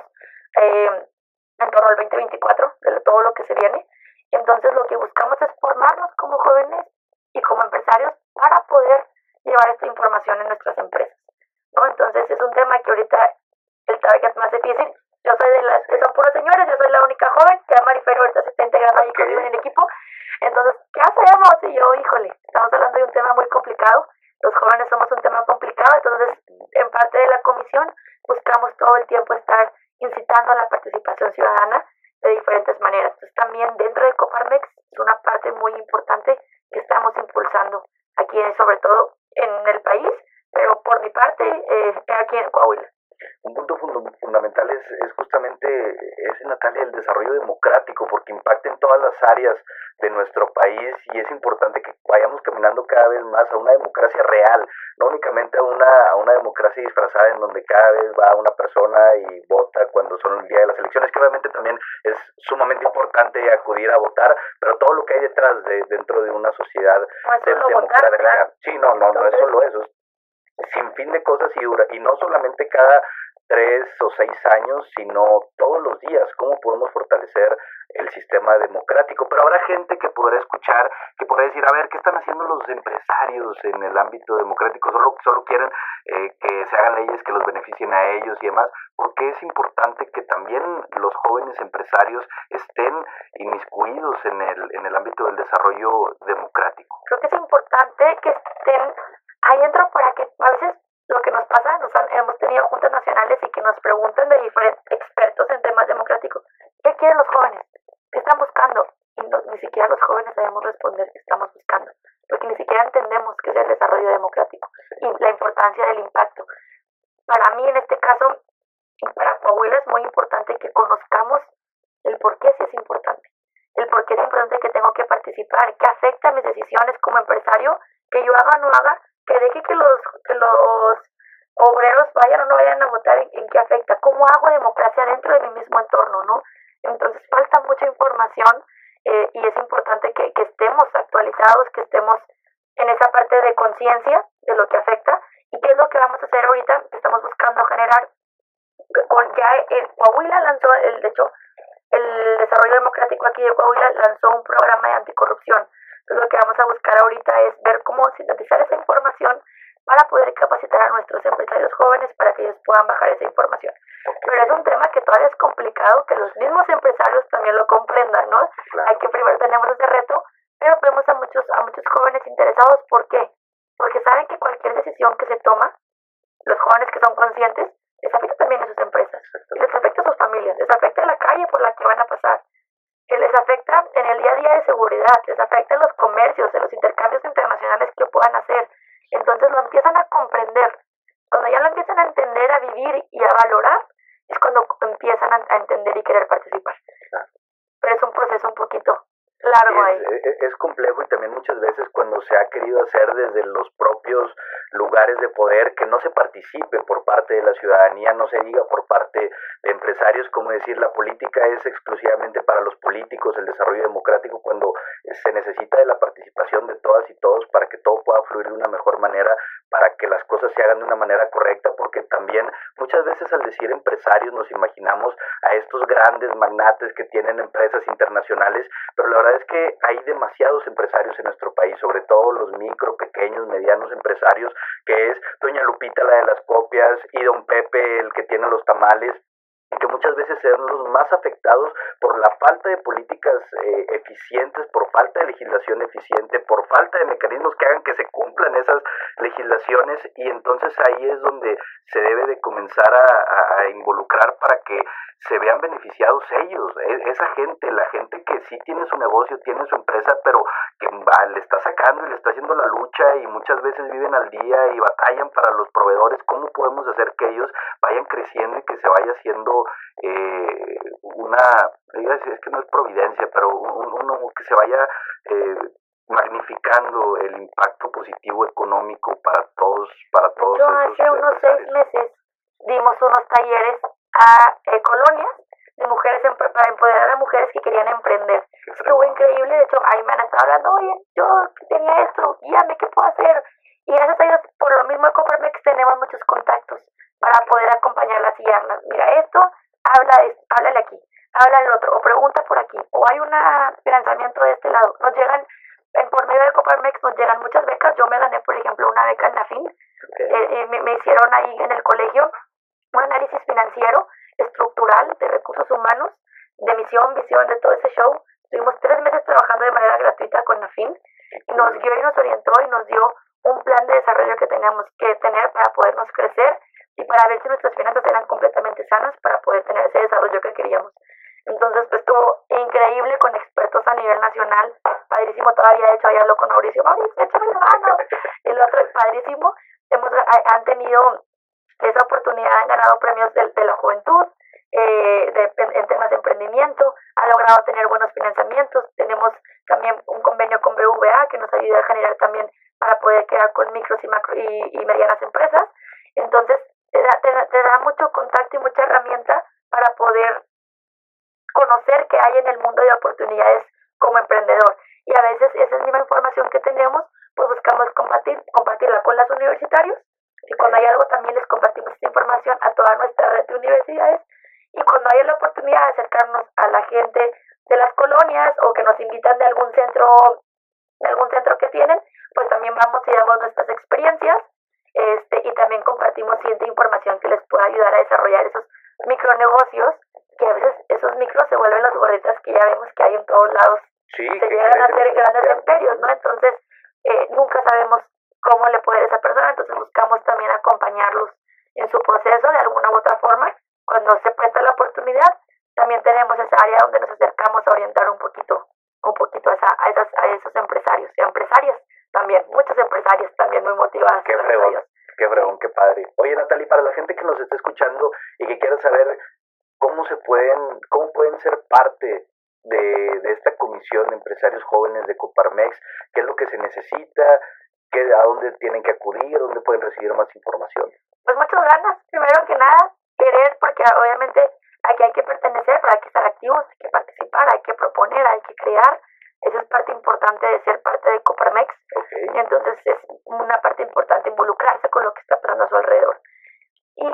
eh, en torno al veinte veinticuatro, de todo lo que se viene. Entonces lo que buscamos es formarnos como jóvenes y como empresarios para poder llevar esta información en nuestras empresas, ¿no? Entonces es un tema que ahorita el target más difícil. Yo soy de las que son puros señores, yo soy la única joven, ya Marifer ahorita se está integrando ahí conmigo en el equipo. Entonces, ¿qué hacemos? Y yo, híjole, estamos hablando de un tema muy complicado. Los jóvenes somos un tema complicado, entonces en parte de la comisión buscamos todo el tiempo estar incitando a la participación ciudadana de diferentes maneras. Entonces también dentro de Coparmex es una parte muy importante que estamos impulsando aquí, sobre todo en el país, pero por mi parte eh, aquí en Coahuila. Un punto fund- fundamental es, es justamente ese, Natalia, el desarrollo democrático, porque impacta en todas las áreas de nuestro país y es importante que vayamos caminando cada vez más a una democracia real, no únicamente a una, a una democracia disfrazada en donde cada vez va una persona y vota cuando son el día de las elecciones, que obviamente también es sumamente importante acudir a votar, pero todo lo que hay detrás de dentro de una sociedad no es de, solo democrática. Votar, ¿verdad? Sí, no, no, Entonces... no es solo eso, sin fin de cosas y, y no solamente cada tres o seis años, sino todos los días, cómo podemos fortalecer el sistema democrático. Pero habrá gente que podrá escuchar, que podrá decir, a ver, ¿qué están haciendo los empresarios en el ámbito democrático? Solo, solo quieren eh, que se hagan leyes que los beneficien a ellos y demás, porque es importante que también los jóvenes empresarios estén inmiscuidos en el, en el ámbito del desarrollo democrático. Creo que es importante que estén ahí dentro para que a veces lo que nos pasa, nos han, hemos tenido juntas nacionales y que nos preguntan de diferentes expertos en temas democráticos, ¿qué quieren los jóvenes? ¿Qué están buscando? Y no, ni siquiera los jóvenes sabemos responder qué estamos buscando, porque ni siquiera entendemos qué es el desarrollo democrático y la importancia del impacto. Para mí, en este caso, para Coahuila es muy importante que conozcamos el por qué sí es importante, el por qué es importante que tengo que participar, qué afecta a mis decisiones como empresario, que yo haga o no haga, que deje que los, que los obreros vayan o no vayan a votar, en, en qué afecta, cómo hago democracia dentro de mi mismo entorno, ¿no? Entonces falta mucha información eh, y es importante que, que estemos actualizados, que estemos en esa parte de conciencia de lo que afecta y qué es lo que vamos a hacer ahorita, que estamos buscando generar. Con ya eh, Coahuila lanzó, el, de hecho, el Desarrollo Democrático aquí de Coahuila lanzó un programa de anticorrupción. Entonces lo que vamos a buscar ahorita es ver cómo sintetizar esa información para poder capacitar a nuestros empresarios jóvenes para que ellos puedan bajar esa información. Pero es un tema que todavía es complicado, que los mismos empresarios también lo comprendan, ¿no? Claro. Hay que primero tenemos ese reto, pero vemos a muchos a muchos jóvenes interesados. ¿Por qué? Porque saben que cualquier decisión que se toma, los jóvenes que son conscientes, les afecta también a sus empresas, les afecta a sus familias, les afecta a la calle por la que van a pasar. que les afecta en el día a día de seguridad, les afecta en los comercios, en los intercambios internacionales que puedan hacer. Entonces lo empiezan a comprender. Cuando ya lo empiezan a entender, a vivir y a valorar, es cuando empiezan a, a entender y querer participar. Pero es un proceso un poquito largo ahí. Es, es, es complejo, y también muchas veces cuando se ha querido hacer desde los propios lugares de poder que no se participe por parte de la ciudadanía, no se diga por parte de empresarios, como decir la política es exclusivamente para los políticos, el desarrollo democrático, cuando se necesita de la participación de todas y todos para que todo pueda fluir de una mejor manera, para que las cosas se hagan de una manera correcta, porque también muchas veces al decir empresarios nos imaginamos a estos grandes magnates que tienen empresas internacionales, pero la verdad es que hay demasiados empresarios en nuestro país, sobre todo los micro, pequeños, medianos empresarios, que es doña Lupita la de las copias y don Pepe el que tiene los tamales, y que muchas veces son los más afectados por la falta de políticas eh, eficientes, por falta de legislación eficiente, por falta de mecanismos que hagan que se cumplan esas legislaciones, y entonces ahí es donde se debe de comenzar a, a, a involucrar para que se vean beneficiados ellos, esa gente, la gente que sí tiene su negocio, tiene su empresa, pero que va, le está sacando y le está haciendo la lucha, y muchas veces viven al día y batallan para los proveedores. ¿Cómo podemos hacer que ellos vayan creciendo y que se vaya haciendo eh, una, es que no es providencia, pero un, uno que se vaya eh, magnificando el impacto positivo económico para todos, para todos Yo esos hace unos seis meses dimos unos talleres a eh, colonias de mujeres para empoderar a mujeres que querían emprender. Estuvo increíble, de hecho ahí me han estado hablando, oye, yo tenía esto, guíame, ¿qué puedo hacer? Y gracias a Dios, por lo mismo de Coparmex tenemos muchos contactos para poder acompañarlas y guiarlas. Mira, esto, habla de, háblale aquí, habla del otro, o pregunta por aquí, o hay un financiamiento de este lado. Nos llegan, en, por medio de Coparmex nos llegan muchas becas. Yo me gané, por ejemplo, una beca en NAFIN. Okay. eh, eh, me, me hicieron ahí en el colegio un análisis financiero, estructural, de recursos humanos, de misión, visión, de todo ese show. Estuvimos tres meses trabajando de manera gratuita con NAFIN, y nos guió y nos orientó y nos dio un plan de desarrollo que teníamos que tener para podernos crecer y para ver si nuestras finanzas eran completamente sanas para poder tener ese desarrollo que queríamos. Entonces, pues estuvo increíble con expertos a nivel nacional, padrísimo. Todavía de hecho ahí hablo con Mauricio, Mauricio, échame la mano. El otro es padrísimo. Hemos, han tenido esa oportunidad, han ganado premios de, de la juventud, eh, de, en, en temas de emprendimiento, ha logrado tener buenos financiamientos. Tenemos también un convenio con B V A que nos ayuda a generar también para poder quedar con micros y macro y, y medianas empresas. Entonces te da, te, da, te da mucho contacto y mucha herramienta para poder conocer qué hay en el mundo de oportunidades como emprendedor. Y a veces esa misma información que tenemos, pues buscamos compartir, compartirla con los universitarios, y cuando hay algo también les compartimos esta información a toda nuestra red de universidades, y cuando hay la oportunidad de acercarnos a la gente de las colonias o que nos invitan de algún centro, de algún centro que tienen, pues también vamos y damos nuestras experiencias, este, y también compartimos cierta información que les pueda ayudar a desarrollar esos micronegocios, que a veces esos micros se vuelven las gorditas que ya vemos que hay en todos lados. Sí, se llegan a hacer grandes imperios, ¿no? Entonces, eh, nunca sabemos cómo le puede ir a esa persona, entonces buscamos también acompañarlos en su proceso de alguna u otra forma. Cuando se presta la oportunidad, también tenemos esa área donde nos acercamos a orientar un poquito, un poquito a, esa, a, esas, a esos empresarios y empresarias también, muchas empresarias también muy motivadas. Qué fregón, qué fregón, qué padre. Oye, Natalie, para la gente que nos está escuchando y que quiera saber cómo se pueden, cómo pueden ser parte de, de esta comisión de empresarios jóvenes de Coparmex, qué es lo que se necesita, qué, a dónde tienen que acudir, dónde pueden recibir más información. Pues muchas ganas, primero que nada, querer, porque obviamente aquí hay que pertenecer, pero hay que estar activos, hay que participar, hay que proponer, hay que crear. Esa es parte importante de ser parte de Coparmex. Okay. Entonces es una parte importante involucrarse con lo que está pasando a su alrededor. Y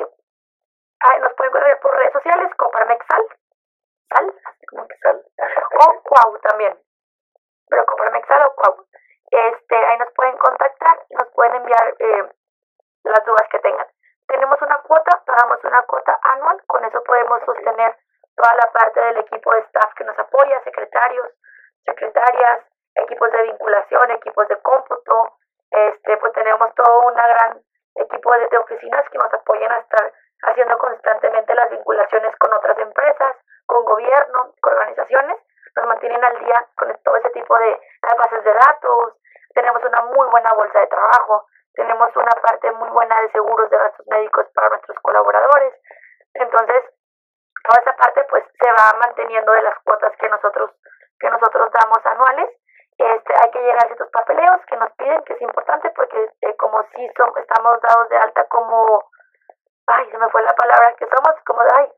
ay, nos pueden ver por redes sociales, Coparmex Sal, Sal, así como que Sal, o Cuau también, pero Coparmex Sal o Cuau. Este, ahí nos pueden contactar, nos pueden enviar eh, las dudas que tengan. Tenemos una cuota, pagamos una cuota anual, con eso podemos sostener toda la parte del equipo de staff que nos apoya, secretarios, secretarias, equipos de vinculación, equipos de cómputo, este, pues tenemos todo un gran equipo de, de oficinas que nos apoyan a estar haciendo constantemente las vinculaciones con otras empresas, con gobierno, con organizaciones. Nos trabajo. Tenemos una parte muy buena de seguros de gastos médicos para nuestros colaboradores. Entonces, toda esa parte pues se va manteniendo de las cuotas que nosotros que nosotros damos anuales. Este, hay que llenar ciertos papeleos que nos piden, que es importante porque eh, como si son, estamos dados de alta como, ay, se me fue la palabra que somos, como, ay,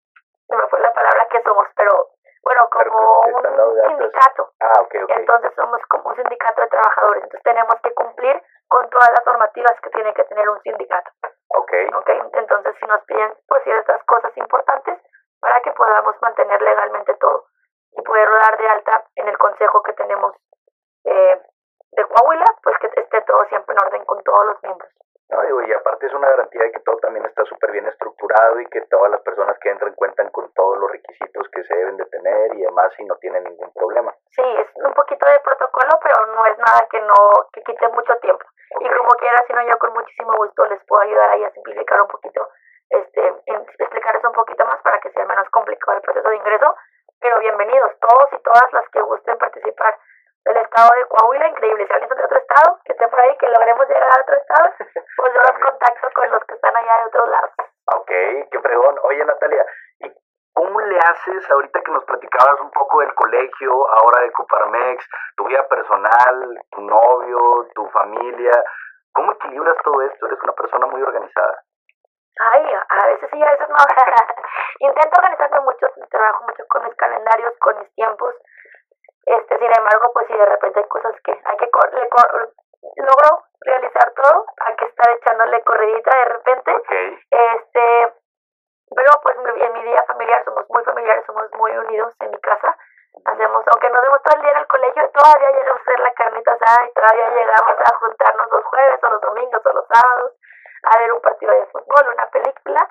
se me fue la palabra que somos, pero bueno, como un sindicato. Ah, okay, okay. Entonces somos como un sindicato de trabajadores, entonces tenemos que cumplir con todas las normativas que tiene que tener un sindicato. Okay. Okay, entonces si nos piden pues ciertas cosas importantes para que podamos mantener legalmente todo y poder dar de alta en el consejo que tenemos eh, de Coahuila, pues que esté todo siempre en orden con todos los miembros. No, digo, y aparte es una garantía de que todo también está súper bien estructurado y que todas las personas que entran cuentan con todos los requisitos que se deben de tener y demás y no tienen ningún problema. Sí, es un poquito de protocolo, pero no es nada que no que quite mucho tiempo. Okay. Y como quiera, si no, yo con muchísimo gusto les puedo ayudar ahí a simplificar un poquito, este, en, explicarles un poquito más para que sea menos complicado el proceso de ingreso. Pero bienvenidos todos y todas las que gusten participar del estado de Coahuila, increíble. Si alguien es de otro estado, que esté por ahí, que logremos llegar a otro estado, pues yo los contacto con los que están allá de otros lados. Ok, qué fregón. Oye, Natalia, ¿y cómo le haces ahorita que nos platicabas un poco del colegio, ahora de Coparmex, tu vida personal, tu novio, tu familia? ¿Cómo equilibras todo esto? Eres una persona muy organizada. Ay, a veces sí, a veces no. Intento organizarme mucho, trabajo mucho con mis calendarios, con mis tiempos. Este, sin embargo, pues si de repente hay cosas que hay que cor le cor logro realizar todo, hay que estar echándole corridita de repente. Okay. Este, pero pues en mi día familiar somos muy familiares, somos muy unidos en mi casa. Hacemos, aunque nos vemos todo el día en el colegio, todavía llegamos a hacer la carnita asada y todavía llegamos a juntarnos los jueves o los domingos o los sábados a ver un partido de fútbol, una película.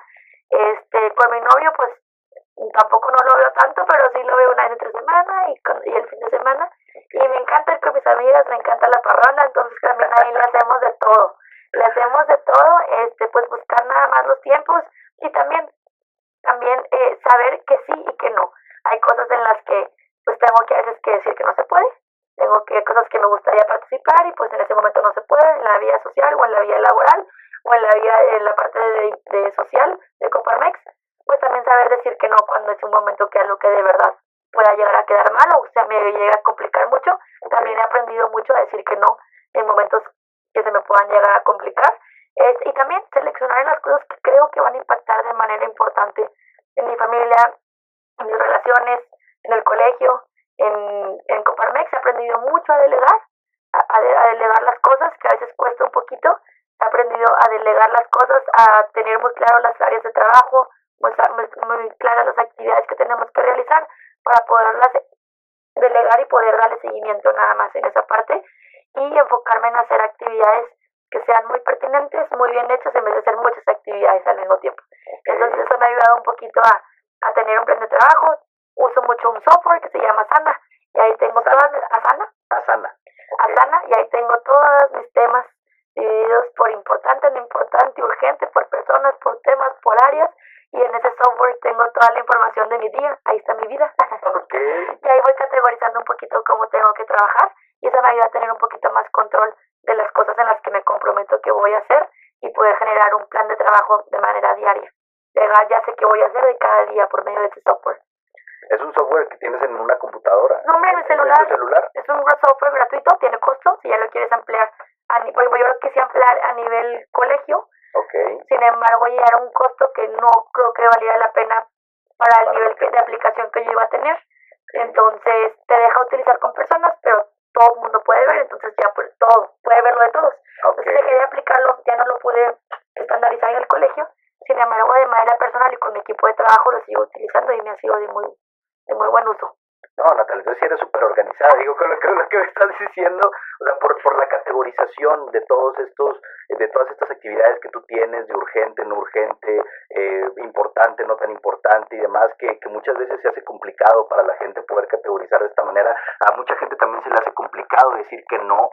Este, con mi novio pues tampoco no lo veo tanto, pero sí lo veo una vez entre semana y, con, y el fin de semana. Y me encanta ir con mis amigas, me encanta la parranda, entonces también ahí le hacemos de todo. Le hacemos de todo, este, pues buscar nada más los tiempos y también, también eh, saber que sí y que no. Hay cosas en las que pues tengo que a veces que decir que no se puede. Tengo que cosas que me gustaría participar y pues en ese momento no se puede, en la vía social o en la vía laboral o en la vía, en la parte de, de social de Coparmex. Pues también saber decir que no cuando es un momento que algo que de verdad pueda llegar a quedar mal o se me llega a complicar mucho. También he aprendido mucho a decir que no en momentos que se me puedan llegar a complicar. Es, y también seleccionar las cosas que creo que van a impactar de manera importante en mi familia, en mis relaciones, en el colegio, en, en Coparmex. He aprendido mucho a delegar, a, a, de, a delegar las cosas que a veces cuesta un poquito. He aprendido a delegar las cosas, a tener muy claro las áreas de trabajo, muy, muy claras las actividades que tenemos que realizar para poderlas delegar y poder darle seguimiento nada más en esa parte y enfocarme en hacer actividades que sean muy pertinentes, muy bien hechas en vez de hacer muchas actividades al mismo tiempo. Entonces eso me ha ayudado un poquito a, a tener un plan de trabajo. Uso mucho un software que se llama Asana y ahí tengo Asana. todas Asana, Asana. Okay. Asana y ahí tengo todos mis temas divididos por importante, no importante, urgente, por personas, por temas, por áreas. Y en ese software tengo toda la información de mi día. Ahí está mi vida. Okay. Y ahí voy categorizando un poquito cómo tengo que trabajar. Y eso me ayuda a tener un poquito más control de las cosas en las que me comprometo que voy a hacer y poder generar un plan de trabajo de manera diaria. Llegar, ya sé qué voy a hacer de cada día por medio de ese software. ¿Es un software que tienes en una computadora? No, hombre, en mi celular. ¿En tu celular? Es un software gratuito, tiene costo. Si ya lo quieres ampliar, a, por ejemplo, yo lo quise ampliar a nivel colegio. Okay. Sin embargo, ya era un costo que no creo que valiera la pena para el nivel que, de aplicación que yo iba a tener. Entonces, te deja utilizar con personas, pero todo el mundo puede ver, entonces ya pues, todo, puede verlo de todos. Okay. Entonces, dejé de aplicarlo, ya no lo pude estandarizar en el colegio. Sin embargo, de manera personal y con mi equipo de trabajo lo sigo utilizando y me ha sido de muy, de muy buen uso. No, Natalia, tú sí eres súper organizada, digo, con lo que, lo que me estás diciendo, o sea, por, por la categorización de todos estos, de todas estas actividades que tú tienes, de urgente, no urgente, eh, importante, no tan importante y demás, que, que muchas veces se hace complicado para la gente poder categorizar de esta manera. A mucha gente también se le hace complicado decir que no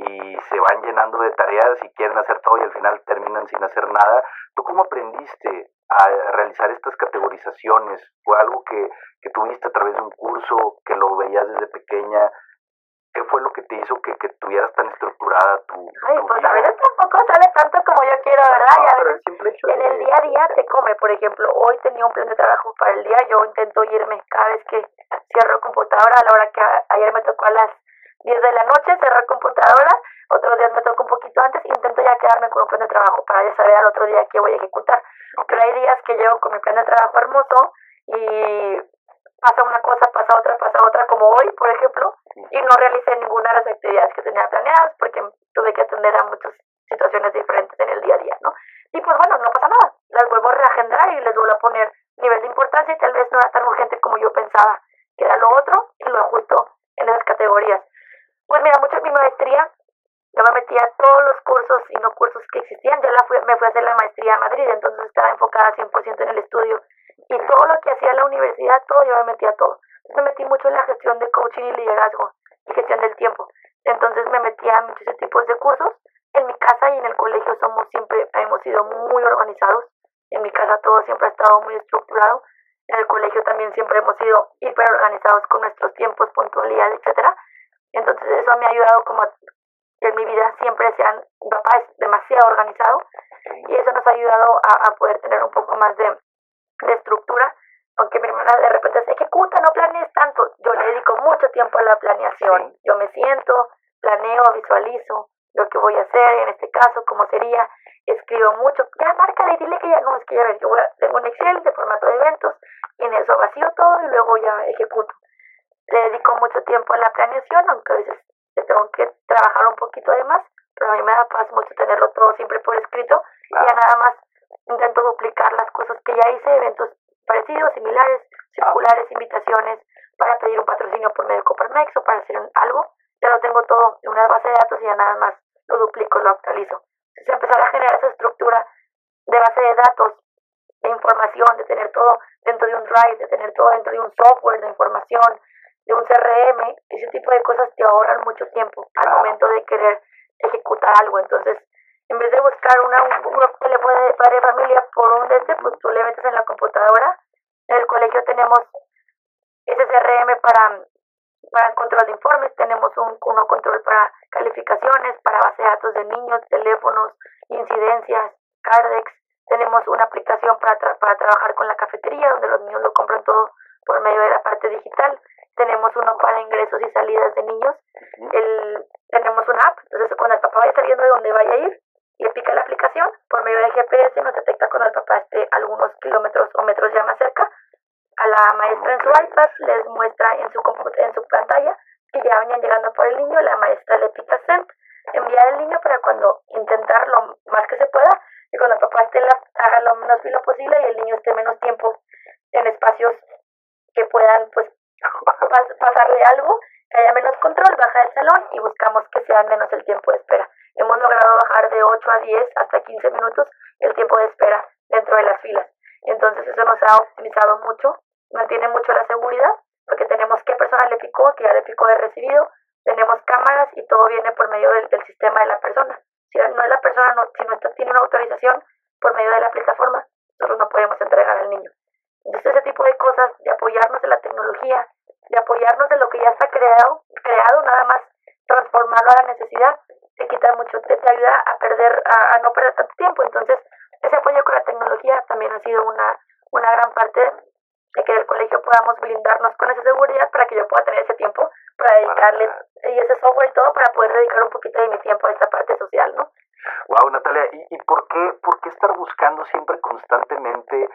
y se van llenando de tareas y quieren hacer todo y al final terminan sin hacer nada. ¿Tú cómo aprendiste a realizar estas categorizaciones? ¿Fue algo que, que tuviste a través de un curso, que lo veías desde pequeña? ¿Qué fue lo que te hizo que, que tuvieras tan estructurada tu, Ay, tu pues vida? a veces tampoco sale tanto como yo quiero, ¿verdad? No, y a pero veces el simple hecho en de- el día a día te come. Por ejemplo, hoy tenía un plan de trabajo para el día, yo intento irme cada vez que cierro computadora, a la hora que a- ayer me tocó a las diez de la noche, cerrar computadora, otros días me toca un poquito antes, intento ya quedarme con un plan de trabajo para ya saber al otro día qué voy a ejecutar. Pero hay días que llego con mi plan de trabajo hermoso y pasa una cosa, pasa otra, pasa otra, como hoy, por ejemplo, y no realicé ninguna de las actividades que tenía planeadas porque tuve que atender a muchas situaciones diferentes en el día a día, ¿no? Y pues bueno, no pasa nada, las vuelvo a reagendar y les vuelvo a poner nivel de importancia y tal vez no era tan urgente como yo pensaba que era lo otro y lo ajusto en esas categorías. Pues mira, mucho en mi maestría yo me metí a todos los cursos y no cursos que existían. Yo la fui, me fui a hacer la maestría a Madrid, entonces estaba enfocada cien por ciento en el estudio. Y todo lo que hacía en la universidad, todo yo me metí a todo. Entonces me metí mucho en la gestión de coaching y liderazgo y gestión del tiempo. Entonces me metí a muchos tipos de cursos. En mi casa y en el colegio somos siempre, hemos sido muy organizados. En mi casa todo siempre ha estado muy estructurado. En el colegio también siempre hemos sido hiper organizados con nuestros tiempos, puntualidad, etcétera. Entonces eso me ha ayudado como a que en mi vida siempre sean, mi papá es demasiado organizado y eso nos ha ayudado a, a poder tener un poco más de, de estructura, aunque mi hermana de repente se ejecuta, no planees tanto, yo le dedico mucho tiempo a la planeación, Sí. yo me siento, planeo, visualizo lo que voy a hacer, en este caso, cómo sería, escribo mucho, ya márcale y dile que ya no, es que ya ver, yo voy a, tengo un Excel de formato de eventos y en eso vacío todo y luego ya ejecuto. Le dedico mucho tiempo a la planeación, aunque a veces tengo que trabajar un poquito de más, pero a mí me da paz mucho tenerlo todo siempre por escrito. Claro. Y ya nada más intento duplicar las cosas que ya hice, eventos parecidos, similares, circulares, invitaciones, para pedir un patrocinio por medio de Coparmex o para hacer un, algo. Ya lo tengo todo en una base de datos y ya nada más lo duplico, lo actualizo. Entonces empezar a generar esa estructura de base de datos, de información, de tener todo dentro de un drive, de tener todo dentro de un software de información, de un C R M, ese tipo de cosas te ahorran mucho tiempo al momento de querer ejecutar algo. Entonces, en vez de buscar una, un grupo de teléfono de padre de familia por un de este, pues tú le metes en la computadora. En el colegio tenemos ese C R M para, para control de informes, tenemos un uno control para calificaciones, para base de datos de niños, teléfonos, incidencias, Cardex. Tenemos una aplicación para, tra para trabajar con la cafetería, donde los niños lo compran todo por medio de la parte digital. Tenemos uno para ingresos y salidas de niños. El, tenemos una app, entonces cuando el papá vaya saliendo de donde vaya a ir, le pica la aplicación, por medio de G P S nos detecta cuando el papá esté algunos kilómetros o metros ya más cerca. A la maestra en su iPad les muestra en su, en su pantalla que ya venían llegando por el niño, la maestra le pica send, enviar al niño para cuando intentar lo más que se pueda, y cuando el papá esté la, haga lo menos filo posible y el niño esté menos tiempo en espacios que puedan pues pas pasarle algo, que haya menos control, baja del salón y buscamos que sea menos el tiempo de espera. Hemos logrado bajar de ocho a diez hasta quince minutos el tiempo de espera dentro de las filas. Entonces eso nos ha optimizado mucho, mantiene mucho la seguridad, porque tenemos qué persona le picó, que ya le picó de recibido, tenemos cámaras y todo viene por medio del, del sistema de la persona. Si no es la persona, no, si no está, tiene una autorización por medio de la plataforma, nosotros no podemos entregar al niño. Entonces ese tipo de cosas, de apoyarnos en la tecnología, de apoyarnos de lo que ya está creado, creado nada más transformarlo a la necesidad, te quita mucho, te, te ayuda a perder, a, a no perder tanto tiempo. Entonces ese apoyo con la tecnología también ha sido una, una gran parte de que en el colegio podamos blindarnos con esa seguridad para que yo pueda tener ese tiempo para dedicarle y ese software y todo para poder dedicar un poquito de mi tiempo a esta parte social, ¿no? Wow, Natalia, ¿y, y por qué, por qué estar buscando siempre constantemente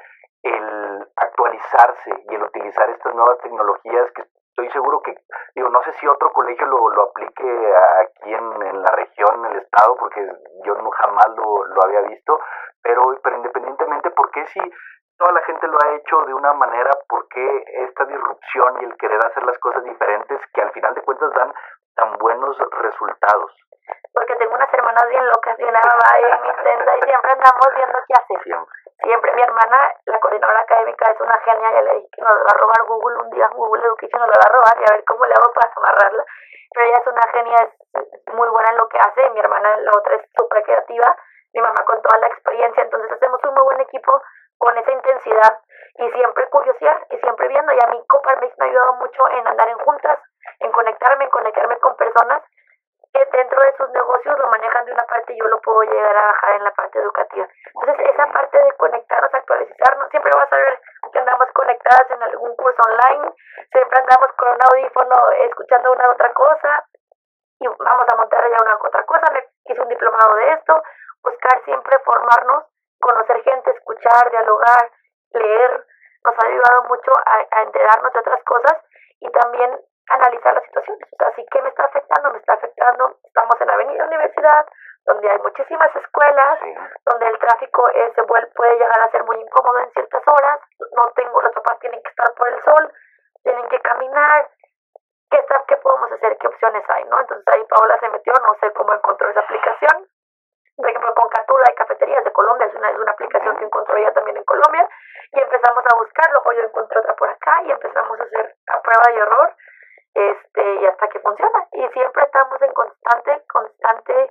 el actualizarse y el utilizar estas nuevas tecnologías que estoy seguro que, digo, no sé si otro colegio lo, lo aplique aquí en, en la región, en el estado, porque yo no jamás lo, lo había visto, pero, pero independientemente, ¿por qué si toda la gente lo ha hecho de una manera, por qué esta disrupción y el querer hacer las cosas diferentes que al final de cuentas dan tan buenos resultados? Porque tengo unas hermanas bien locas y una mamá bien intensa y siempre andamos viendo qué hacer. Siempre. Siempre. Mi hermana, la coordinadora académica, es una genia. Ya le dije que nos va a robar Google un día. Google Education nos la va a robar y a ver cómo le hago para amarrarla. Pero ella es una genia, es muy buena en lo que hace. Mi hermana, la otra, es súper creativa. Mi mamá con toda la experiencia. Entonces hacemos un muy buen equipo con esa intensidad y siempre curiosear y siempre viendo. Y a mí Coparmex me ha ayudado mucho en andar en juntas, en conectarme, en conectarme con personas que dentro de sus negocios lo manejan de una parte y yo lo puedo llegar a bajar en la parte educativa. Entonces, esa parte de conectarnos, actualizarnos, siempre vas a ver que andamos conectadas en algún curso online, siempre andamos con un audífono escuchando una otra cosa y vamos a montar ya una otra cosa, me hice un diplomado de esto, buscar siempre formarnos, conocer gente, escuchar, dialogar, leer, nos ha ayudado mucho a, a enterarnos de otras cosas y también analizar las situaciones. O sea, sí que me está afectando, me está afectando. Estamos en Avenida Universidad, donde hay muchísimas escuelas, sí, donde el tráfico eh, se vuelve, puede llegar a ser muy incómodo en ciertas horas. No tengo, los papás tienen que estar por el sol, tienen que caminar. ¿Qué, está, qué podemos hacer? ¿Qué opciones hay? ¿No? Entonces ahí Paola se metió, no sé cómo encontró esa aplicación. Por ejemplo, con Catula de Cafeterías de Colombia, es una, es una aplicación que encontró ella también en Colombia, y empezamos a buscarlo, o yo encontré otra por acá, y empezamos a hacer a prueba y error, este, y hasta que funciona, y siempre estamos en constante, constante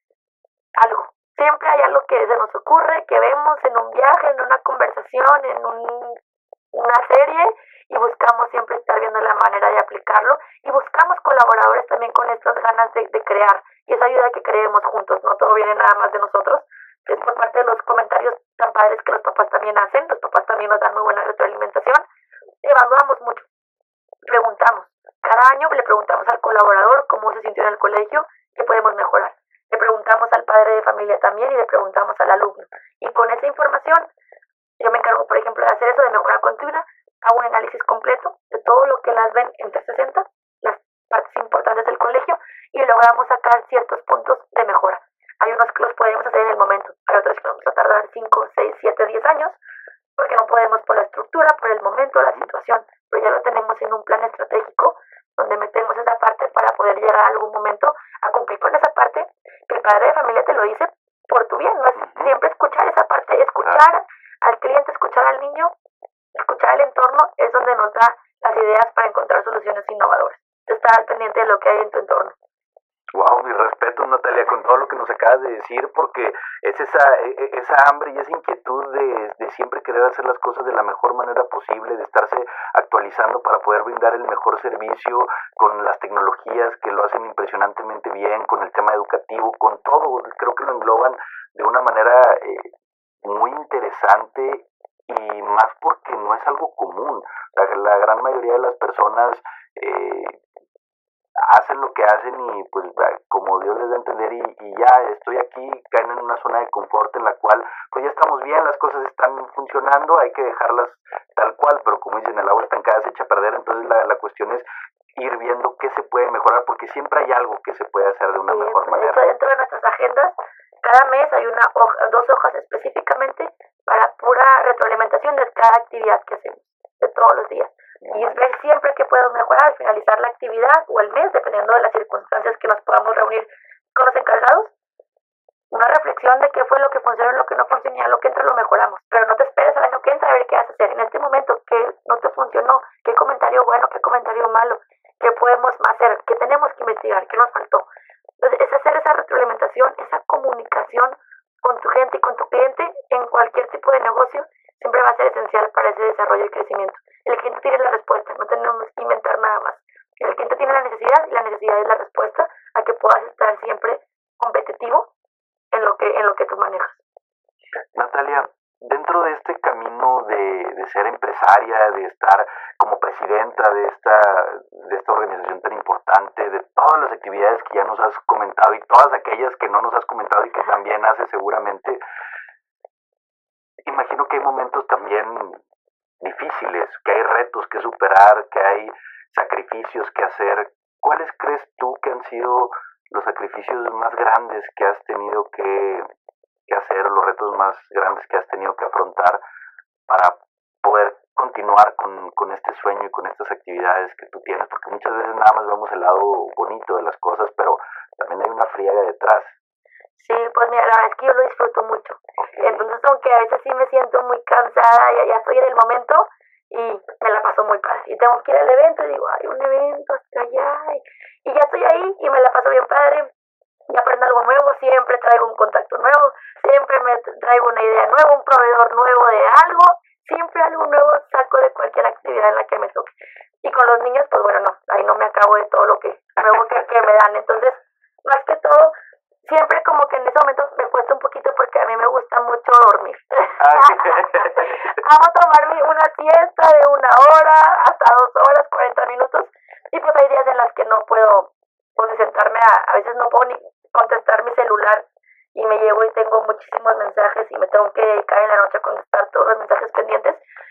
algo, siempre hay algo que se nos ocurre, que vemos en un viaje, en una conversación, en un, una serie, y buscamos siempre estar viendo la manera de aplicarlo, y buscamos colaboradores también con estas ganas de, de crear, y eso ayuda a que creemos juntos, no todo viene nada más de nosotros, es por parte de los comentarios tan padres que los papás también hacen, los papás también nos dan muy buena retroalimentación, evaluamos mucho, preguntamos, cada año le preguntamos al colaborador cómo se sintió en el colegio, qué podemos mejorar, le preguntamos al padre de familia también y le preguntamos al alumno, y con esa información, yo me encargo por ejemplo de hacer eso de mejora continua, hago un análisis completo de todo lo que las ven en trescientos sesenta, las partes importantes del colegio, y logramos sacar ciertos puntos de mejora. Hay unos que los podemos hacer en el momento, hay otros que vamos a tardar cinco, seis, siete, diez años, porque no podemos por la estructura, por el momento, la situación, pero ya lo tenemos en un plan estratégico, donde metemos esa parte para poder llegar a algún momento a cumplir con esa parte, que el padre de familia te lo dice por tu bien, no es siempre escuchar esa parte, escuchar al cliente, escuchar al niño, escuchar el entorno, es donde nos da las ideas para encontrar soluciones innovadoras. Estar al pendiente de lo que hay en tu entorno. Wow, mis respetos, Natalia, con todo lo que nos acabas de decir, porque es esa, esa hambre y esa inquietud de, de siempre querer hacer las cosas de la mejor manera posible, de estarse actualizando para poder brindar el mejor servicio con las tecnologías que lo hacen impresionantemente bien, con el tema educativo, con todo. Creo que lo engloban de una manera eh, muy interesante y más porque no es algo común. La, la gran mayoría de las personas eh, hacen lo que hacen y pues como Dios les da a entender y, y ya estoy aquí, caen en una zona de confort en la cual pues ya estamos bien, las cosas están funcionando, hay que dejarlas tal cual, pero como dicen, el agua estancada se echa a perder, entonces la, la cuestión es ir viendo qué se puede mejorar, porque siempre hay algo que se puede hacer de una sí, mejor manera. Eso dentro de nuestras agendas, cada mes hay una hoja, dos hojas específicamente para pura retroalimentación de cada actividad que hacemos, de todos los días. Y es ver siempre que podemos mejorar al finalizar la actividad o el mes, dependiendo de las circunstancias que nos podamos reunir con los encargados. Una reflexión de qué fue lo que funcionó, lo que no funcionó, y lo que entra lo mejoramos. Pero no te esperes al año que entra a ver qué vas a hacer. En este momento, qué no te funcionó, qué comentario bueno, qué comentario malo, qué podemos hacer, qué tenemos que investigar, qué nos faltó. Entonces, es hacer esa retroalimentación, esa comunicación con tu gente y con tu cliente en cualquier tipo de negocio, siempre va a ser esencial para ese desarrollo y crecimiento. El cliente tiene la respuesta, no tenemos que inventar nada más. El cliente tiene la necesidad y la necesidad es la respuesta a que puedas estar siempre competitivo en lo que, en lo que tú manejas. Natalia, dentro de este camino de, de ser empresaria, de estar como presidenta de esta, de esta organización tan importante, de todas las actividades que ya nos has comentado y todas aquellas que no nos has comentado y que también haces seguramente, imagino que hay momentos también difíciles, que hay retos que superar, que hay sacrificios que hacer. ¿Cuáles crees tú que han sido los sacrificios más grandes que has tenido que, que hacer, los retos más grandes que has tenido que afrontar para poder continuar con, con este sueño y con estas actividades que tú tienes? Porque muchas veces nada más vemos el lado bonito de las cosas, pero también hay una friega detrás. Sí, pues mira, la verdad es que yo lo disfruto mucho. Okay. Entonces, aunque a veces sí me siento muy cansada, ya, ya estoy en el momento y me la paso muy padre. Y tengo que ir al evento y digo, hay un evento hasta allá. Y, y ya estoy ahí y me la paso bien padre. Y aprendo algo nuevo, siempre traigo un contacto nuevo, siempre me traigo una idea nueva, un proveedor nuevo de algo. Siempre algo nuevo saco de cualquier actividad en la que me toque. Y con los niños, pues bueno, no, ahí no me acabo de todo lo que, nuevo que, que me dan. Entonces, más que todo, siempre como que en ese momento me cuesta un poquito porque a mí me gusta mucho dormir. Amo tomarme una siesta de una hora hasta dos horas, cuarenta minutos, y pues hay días en las que no puedo pues, sentarme, a, a veces no puedo ni contestar mi celular y me llego y tengo muchísimos mensajes y me tengo que dedicar en la noche a contestar todos los mensajes pendientes,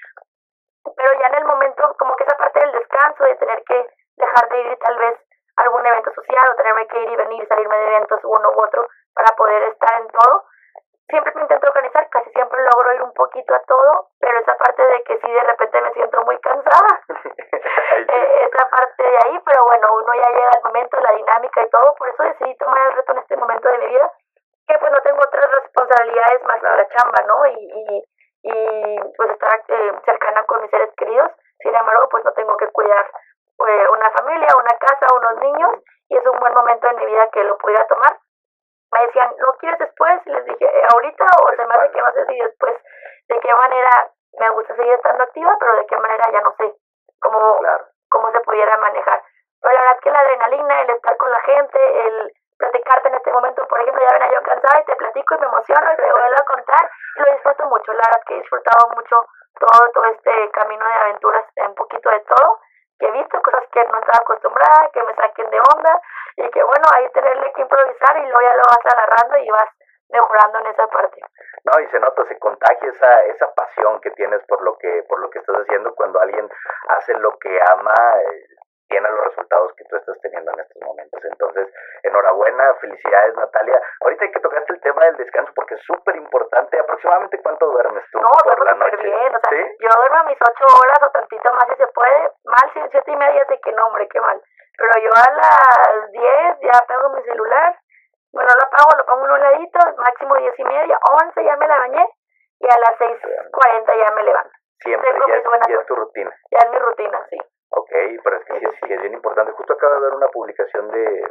pero ya en el momento como que esa parte del descanso, de tener que dejar de ir tal vez a algún evento social o tenerme que ir y venir, salirme de eventos uno u otro para poder estar en todo, siempre me intento organizar, casi siempre logro ir un poquito a todo, pero esa parte de que sí de repente me siento muy cansada, eh, esa parte de ahí, pero bueno, uno ya llega al momento, la dinámica y todo, por eso decidí tomar el reto en este momento de mi vida, que pues no tengo otras responsabilidades más que la chamba, ¿no? Y, y, y pues estar eh, cercana con mis seres queridos, sin embargo, pues no tengo que cuidar eh, una familia, una casa, unos niños, y es un buen momento en mi vida que lo pudiera tomar. Me decían, ¿lo quieres después? Y les dije, ¿ahorita? O se me hace que no sé si después, de qué manera me gusta seguir estando activa, pero de qué manera ya no sé cómo, claro. cómo se pudiera manejar. Pero la verdad que la adrenalina, el estar con la gente, el platicarte en este momento, por ejemplo, ya venía yo cansada y te platico y me emociono y te vuelvo a contar, y lo disfruto mucho. La verdad que he disfrutado mucho todo, todo este camino de aventuras, un poquito de todo, que he visto cosas que no estaba acostumbrada, que me saquen de onda, y que bueno, ahí tenerle que improvisar y luego ya lo vas agarrando y vas mejorando en esa parte. No, y se nota, se contagia esa esa pasión que tienes por lo que por lo que estás haciendo. Cuando alguien hace lo que ama, eh, tiene los resultados que tú estás teniendo en estos momentos. Entonces, enhorabuena, felicidades, Natalia. Ahorita que tocaste el tema del descanso, porque es súper importante. ¿Aproximadamente cuánto duermes tú no, por la noche? No, bien, o sea, ¿sí? Yo duermo mis ocho horas o tantito más si se puede. Mal, si siete y media sé que no, hombre, qué mal. Pero yo a las diez ya apago mi celular. Bueno, lo apago, lo pongo en un ladito, máximo diez y media, once ya me la bañé, y a las seis cuarenta ya me levanto. Siempre, Tengo ya, mis buenas ya es tu rutina. Ya es mi rutina, sí. Ok, pero es que sí, sí es bien importante. Justo acabo de ver una publicación de,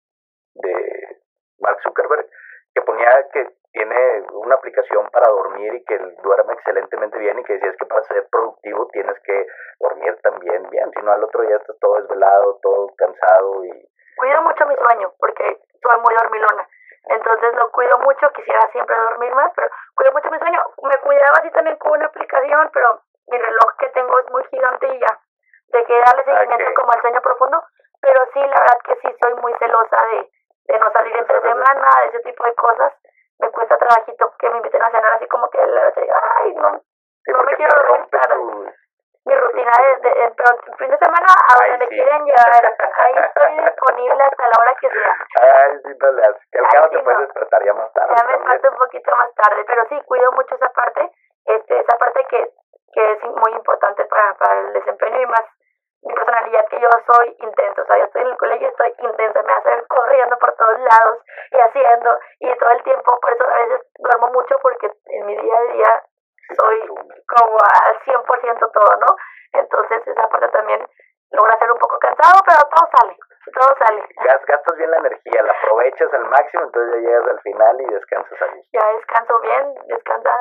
de Mark Zuckerberg que ponía que tiene una aplicación para dormir y que duerme excelentemente bien, y que decías que para ser productivo tienes que dormir también bien, si no al otro día estás todo desvelado, todo cansado. Y cuido mucho mi sueño porque soy muy dormilona, entonces lo cuido mucho, quisiera siempre dormir más, pero cuido mucho mi sueño. Me cuidaba así también con una aplicación, pero mi reloj que tengo es muy gigante y ya dejé de darle seguimiento okay. como al sueño profundo, pero sí, la verdad que sí soy muy celosa de, de no salir entre semana, de ese tipo de cosas. Me cuesta trabajito que me inviten a cenar así como que la noche, ay, no, sí, no me quiero dormir tarde. Tu... Mi rutina de, de, de, pero el fin de semana a donde ay, me sí. quieren llevar, ahí estoy disponible hasta la hora que sea. Ay, sí, no le haces, que al cabo te puedes no. despertar ya más tarde. Ya me falta un poquito más tarde, pero sí, cuido mucho esa parte, este, esa parte que, que es muy importante para, para el desempeño, y más mi personalidad, que yo soy intensa, o sea, yo estoy en el colegio, estoy intensa, me hace corriendo por todos lados y haciendo, y todo el tiempo, por eso a veces duermo mucho, porque en mi día a día soy como al cien por ciento todo, ¿no? Entonces esa parte también logra ser un poco cansado, pero todo sale, todo sale. Gastas bien la energía, la aprovechas al máximo, entonces ya llegas al final y descansas ahí. Ya descanso bien, descansada.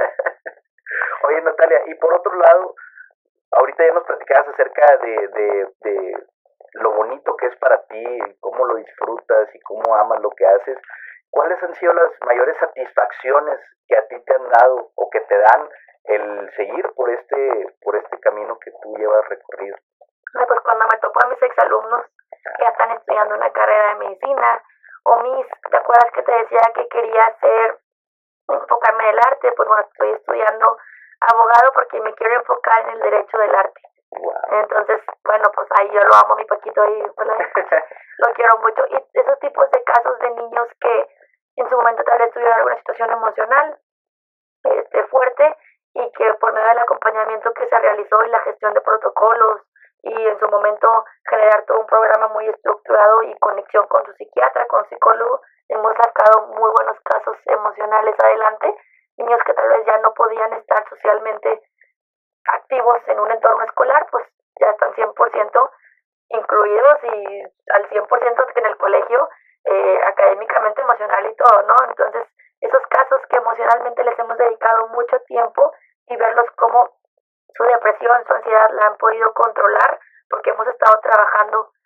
Oye, Natalia, y por otro lado, ahorita ya nos platicabas acerca de, de, de lo bonito que es para ti, cómo lo disfrutas y cómo amas lo que haces. ¿Cuáles han sido las mayores satisfacciones que a ti te han dado o que te dan el seguir por este por este camino que tú llevas recorrido? Pues cuando me topo a mis exalumnos que ya están estudiando una carrera de medicina, o mis, ¿te acuerdas que te decía que quería hacer, enfocarme en el arte? Pues bueno, estoy estudiando abogado porque me quiero enfocar en el derecho del arte. Wow. Entonces, bueno, pues ahí yo lo amo, mi Paquito, y pues, lo quiero mucho. Y esos tipos de casos de niños que en su momento tal vez tuvieron alguna situación emocional este, fuerte, y que por medio del acompañamiento que se realizó y la gestión de protocolos, y en su momento generar todo un programa muy estructurado y conexión con su psiquiatra, con psicólogo, hemos sacado muy buenos casos emocionales adelante. Niños que tal vez ya no podían estar socialmente activos en un entorno escolar, pues ya están cien por ciento incluidos y al cien por ciento en el colegio, eh, académicamente, emocional y todo, ¿no? Entonces, esos casos que emocionalmente les hemos dedicado mucho tiempo, y verlos como su depresión, su ansiedad la han podido controlar, porque hemos estado trabajando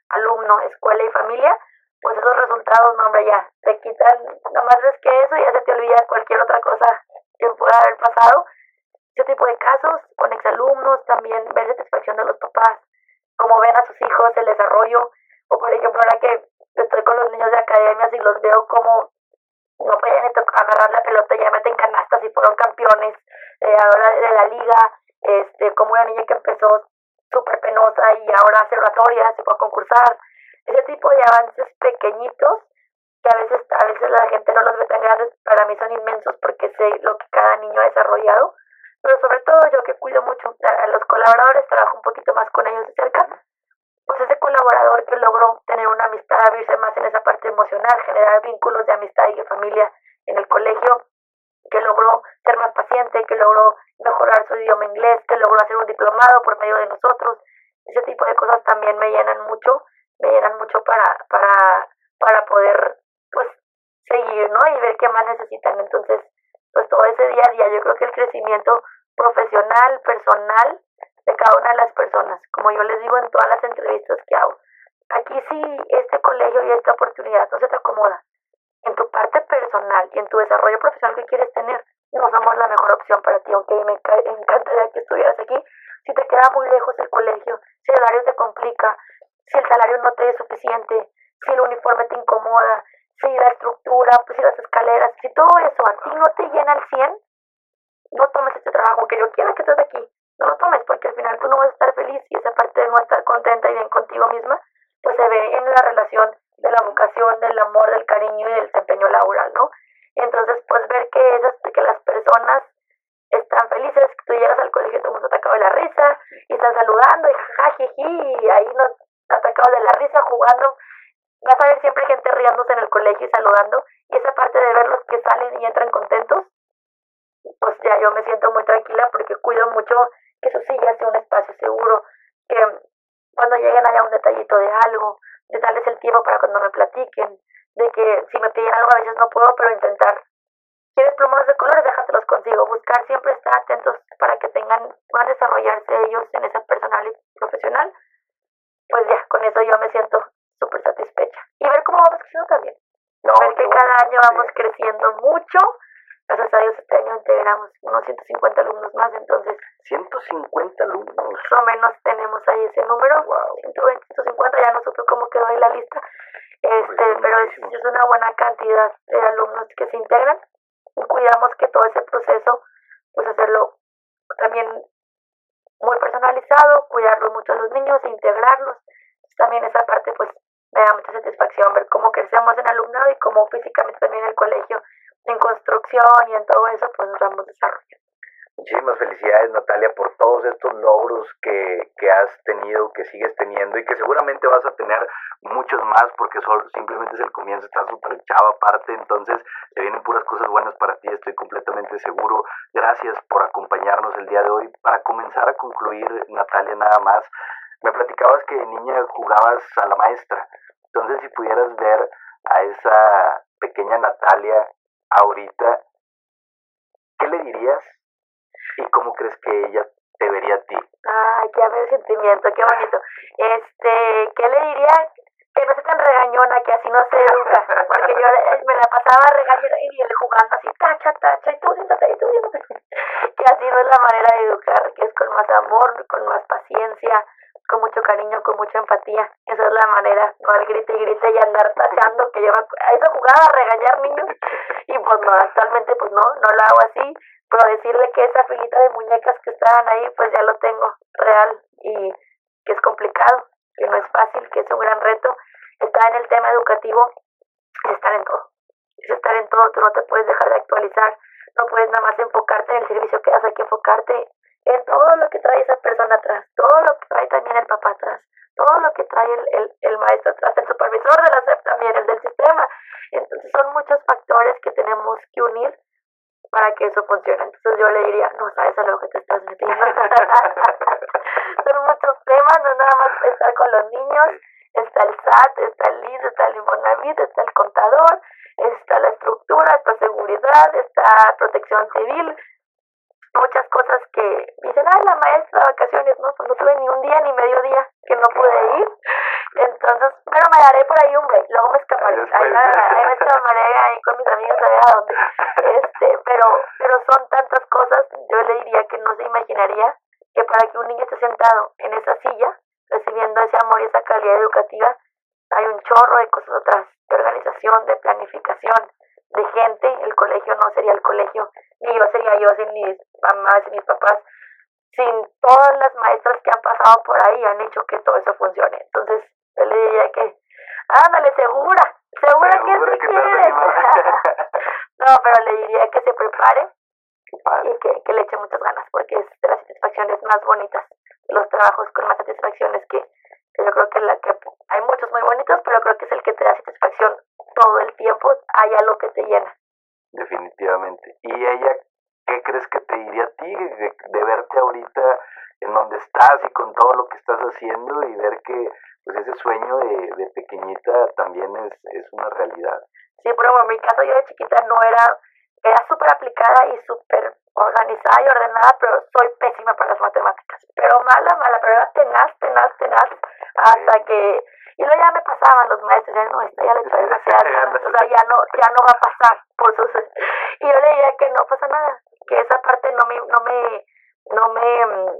alumno, escuela y familia, pues esos resultados, no hombre, ya, te quitan, nomás ves que eso y ya se te olvida cualquier otra cosa que pueda haber pasado. Ese tipo de casos, con exalumnos, también ver satisfacción de los papás, cómo ven a sus hijos, el desarrollo, o por ejemplo, ahora que estoy con los niños de academias y los veo como no pueden agarrar la pelota, ya meten canastas y fueron campeones, eh, ahora de la liga, este, como una niña que empezó súper penosa y ahora hace oratorias y fue a concursar, ese tipo de avances pequeñitos que a veces, a veces la gente no los ve tan grandes, para mí son inmensos porque sé lo que cada niño ha desarrollado, pero sobre todo yo que cuido mucho a los colaboradores, trabajo un poquito más con ellos de cerca, pues ese colaborador que logró tener una amistad, abrirse más en esa parte emocional, generar vínculos de amistad y de familia en el colegio, que logró ser más paciente, que logró mejorar su idioma inglés, que logró hacer un diplomado por medio de nosotros, ese tipo de cosas también me llenan mucho, me llenan mucho para, para, para poder pues seguir, ¿no? Y ver qué más necesitan. Entonces, pues todo ese día a día, yo creo que el crecimiento profesional, personal, de cada una de las personas, como yo les digo en todas las entrevistas que hago. Aquí si este colegio y esta oportunidad no se te acomoda en tu parte personal y en tu desarrollo profesional que quieres tener, no somos la mejor opción para ti, aunque me encantaría que estuvieras aquí. Si te queda muy lejos el colegio, si el horario te complica, si el salario no te es suficiente, si el uniforme te incomoda, si la estructura, pues si las escaleras, si todo eso a ti no te llena al cien, no tomes este trabajo, que yo quiera que estés aquí, no lo tomes porque al final tú no vas a estar feliz y esa parte de no estar contenta y bien contigo misma, pues se ve en la relación de la vocación, del amor, del cariño y del desempeño laboral, ¿no? Entonces, pues ver que esas, que las personas están felices, que tú llegas al colegio y todo el mundo te acaba de la risa y están saludando y jajajiji y ahí nos atacados de la risa jugando, vas a ver siempre gente riéndose en el colegio y saludando, y esa parte de verlos que salen y entran contentos, pues ya yo me siento muy tranquila porque cuido mucho que su silla sea un espacio seguro, que cuando lleguen haya un detallito de algo, de darles el tiempo para cuando me platiquen, de que si me piden algo a veces no puedo, pero intentar, ¿quieres plumones de colores? Déjatelos consigo, buscar siempre estar atentos para que tengan, puedan desarrollarse ellos en esa personal y profesional, pues ya, con eso yo me siento súper satisfecha. Y ver cómo vamos creciendo también, no, ver que cada año vamos sí. creciendo mucho. Gracias a Dios este año integramos unos ciento cincuenta alumnos más, entonces... ¿ciento cincuenta alumnos? Más o menos tenemos ahí ese número, wow. ciento veinte, ciento cincuenta, ya no supe cómo quedó ahí la lista, este, pues pero es, es una buena cantidad de alumnos que se integran y cuidamos que todo ese proceso, pues hacerlo también muy personalizado, cuidarlos mucho a los niños, integrarlos, también esa parte pues me da mucha satisfacción ver cómo crecemos en alumnado y cómo físicamente también en el colegio, en construcción y en todo eso, pues nos vamos desarrollando. Muchísimas felicidades, Natalia, por todos estos logros que, que has tenido, que sigues teniendo y que seguramente vas a tener muchos más porque solo, simplemente es el comienzo, estás súper chava aparte, entonces se vienen puras cosas buenas para ti, estoy completamente seguro. Gracias por acompañarnos el día de hoy. Para comenzar a concluir, Natalia, nada más, me platicabas que de niña jugabas a la maestra, entonces si pudieras ver a esa pequeña Natalia ahorita, ¿qué le dirías? ¿Y cómo crees que ella te vería a ti? Ay, qué haber sentimiento, qué bonito. Este, ¿qué le diría? Que no sea tan regañona, que así no se educa. Porque yo me la pasaba regañando y él jugando así, tacha, tacha, y tú siéntate, y tú siéntate. Que así no es la manera de educar, que es con más amor, con más paciencia, con mucho cariño, con mucha empatía. Esa es la manera, no al grite y grite y andar tachando, que yo a eso jugaba, a regañar niños. Y pues no, actualmente pues no, no lo hago así. Pero decirle que esa filita de muñecas que estaban ahí, pues ya lo tengo real y que es complicado, que no es fácil, que es un gran reto. Estar en el tema educativo es estar en todo, es estar en todo, tú no te puedes dejar de actualizar, no puedes nada más enfocarte en el servicio que das, hay que enfocarte en todo lo que trae esa persona atrás, todo lo que trae también el papá atrás, todo lo que trae el, el, el maestro atrás, el supervisor de la S E P también, el del sistema. Entonces son muchos factores que tenemos que unir para que eso funcione. Entonces yo le diría, no sabes a lo que te estás metiendo. Son muchos temas, no es nada más estar con los niños, está el S A T, está el I S S, está el Infonavit, está el contador, está la estructura, está seguridad, está protección civil, muchas cosas que dicen, ay, la maestra de vacaciones, no, pues no tuve ni un día ni medio día que no pude ir. Entonces, Entonces, pero me daré por ahí un break, luego me escaparé, ahí, me- ahí me escaparé ahí con mis amigas a ver a dónde. Este, pero, pero son tantas cosas, yo le diría que no se imaginaría que para que un niño esté sentado en esa silla, recibiendo ese amor y esa calidad educativa, hay un chorro de cosas atrás, de organización, de planificación, de gente. El colegio no sería el colegio, ni yo sería yo sin mis mamás y mis papás, sin todas las maestras que han pasado por ahí han hecho que todo eso funcione. Entonces, yo le diría que, ándale, segura, segura, Segura que que sí te vas a quieres. animar. No, pero le diría que se prepare Qué padre. y que, que le eche muchas ganas, porque es de las satisfacciones más bonitas, los trabajos con más satisfacciones que, que yo creo que, la, que hay muchos muy bonitos, pero creo que es el que te da satisfacción todo el tiempo, hay algo que te llena. Definitivamente. ¿Y ella qué crees que te diría a ti de, de verte ahorita en donde estás y con todo lo que estás haciendo y ver que pues ese sueño de, de pequeñita también es, es una realidad? Sí, pero en mi caso yo de chiquita no era, era súper aplicada y súper organizada y ordenada, pero soy pésima para las matemáticas. Pero mala, mala, pero era tenaz, tenaz, tenaz, hasta que... Y luego ya me pasaban los maestros, ya no, esta ya le trae demasiadas ganas, o sea, ya no, ya no va a pasar por sus... Y yo le diría que no pasa nada, que esa parte no me, no me, no me mm,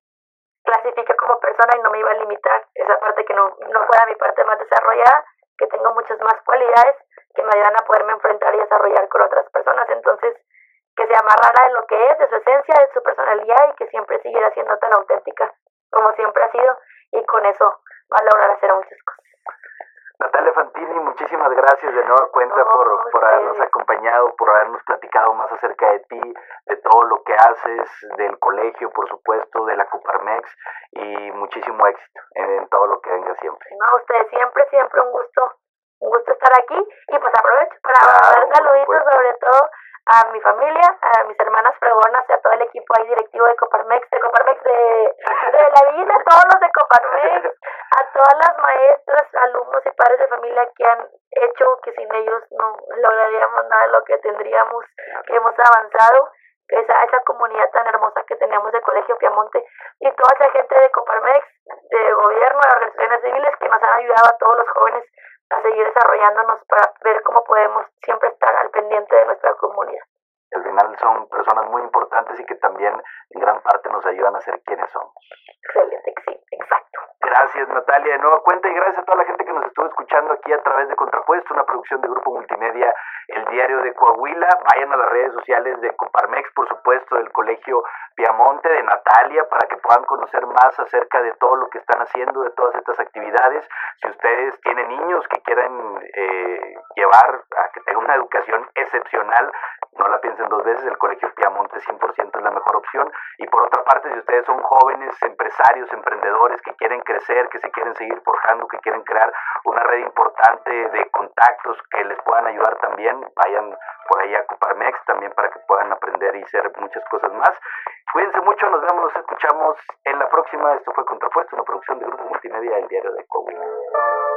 clasifica como persona y no me iba a limitar, esa parte que no, no fuera mi parte más desarrollada, que tengo muchas más cualidades que me ayudan a poderme enfrentar y desarrollar con otras personas. Entonces, que se amarrara de lo que es, de su esencia, de su personalidad y que siempre siguiera siendo tan auténtica como siempre ha sido, y con eso va a lograr hacer muchas cosas. Natalia Fantini, muchísimas gracias de nueva cuenta No, por, por habernos ustedes. acompañado, por habernos platicado más acerca de ti, de todo lo que haces, del colegio, por supuesto, de la Coparmex, y muchísimo éxito en, en todo lo que venga siempre. No, ustedes siempre, siempre un gusto, un gusto estar aquí, y pues aprovecho para Claro, dar por saluditos supuesto. sobre todo a mi familia, a mis hermanas fregonas y a todo el equipo ahí directivo de Coparmex, de Coparmex, de, de la vida, a todos los de Coparmex, a todas las maestras, alumnos y padres de familia que han hecho que sin ellos no lograríamos nada de lo que tendríamos, que hemos avanzado, esa, esa comunidad tan hermosa que tenemos de Colegio Piamonte y toda esa gente de Coparmex, de gobierno, de organizaciones civiles que nos han ayudado a todos los jóvenes a seguir desarrollándonos para ver cómo podemos siempre estar al pendiente de nuestra comunidad. Al final son personas muy importantes y que también en gran parte nos ayudan a ser quienes somos. Excelente, sí, exacto. Gracias, Natalia, de nueva cuenta, y gracias a toda la gente que nos estuvo escuchando aquí a través de Contrapuesto, una producción de Grupo Multimedia, El Diario de Coahuila. Vayan a las redes sociales de Coparmex, por supuesto, del Colegio Piamonte, de Natalia, para que puedan conocer más acerca de todo lo que están haciendo, de todas estas actividades. Si ustedes tienen niños que quieran eh, llevar a que tengan una educación excepcional, no la piensen dos veces, el Colegio Piamonte cien por ciento es la mejor opción. Y por otra parte, si ustedes son jóvenes, empresarios, emprendedores que quieren crecer, que se quieren seguir forjando, que quieren crear una red importante de contactos que les puedan ayudar también, vayan por ahí a Coparmex también para que puedan aprender y hacer muchas cosas más. Cuídense mucho, nos vemos, nos escuchamos en la próxima. Esto fue Contrapuesto, una producción de Grupo Multimedia, El Diario de Coahuila.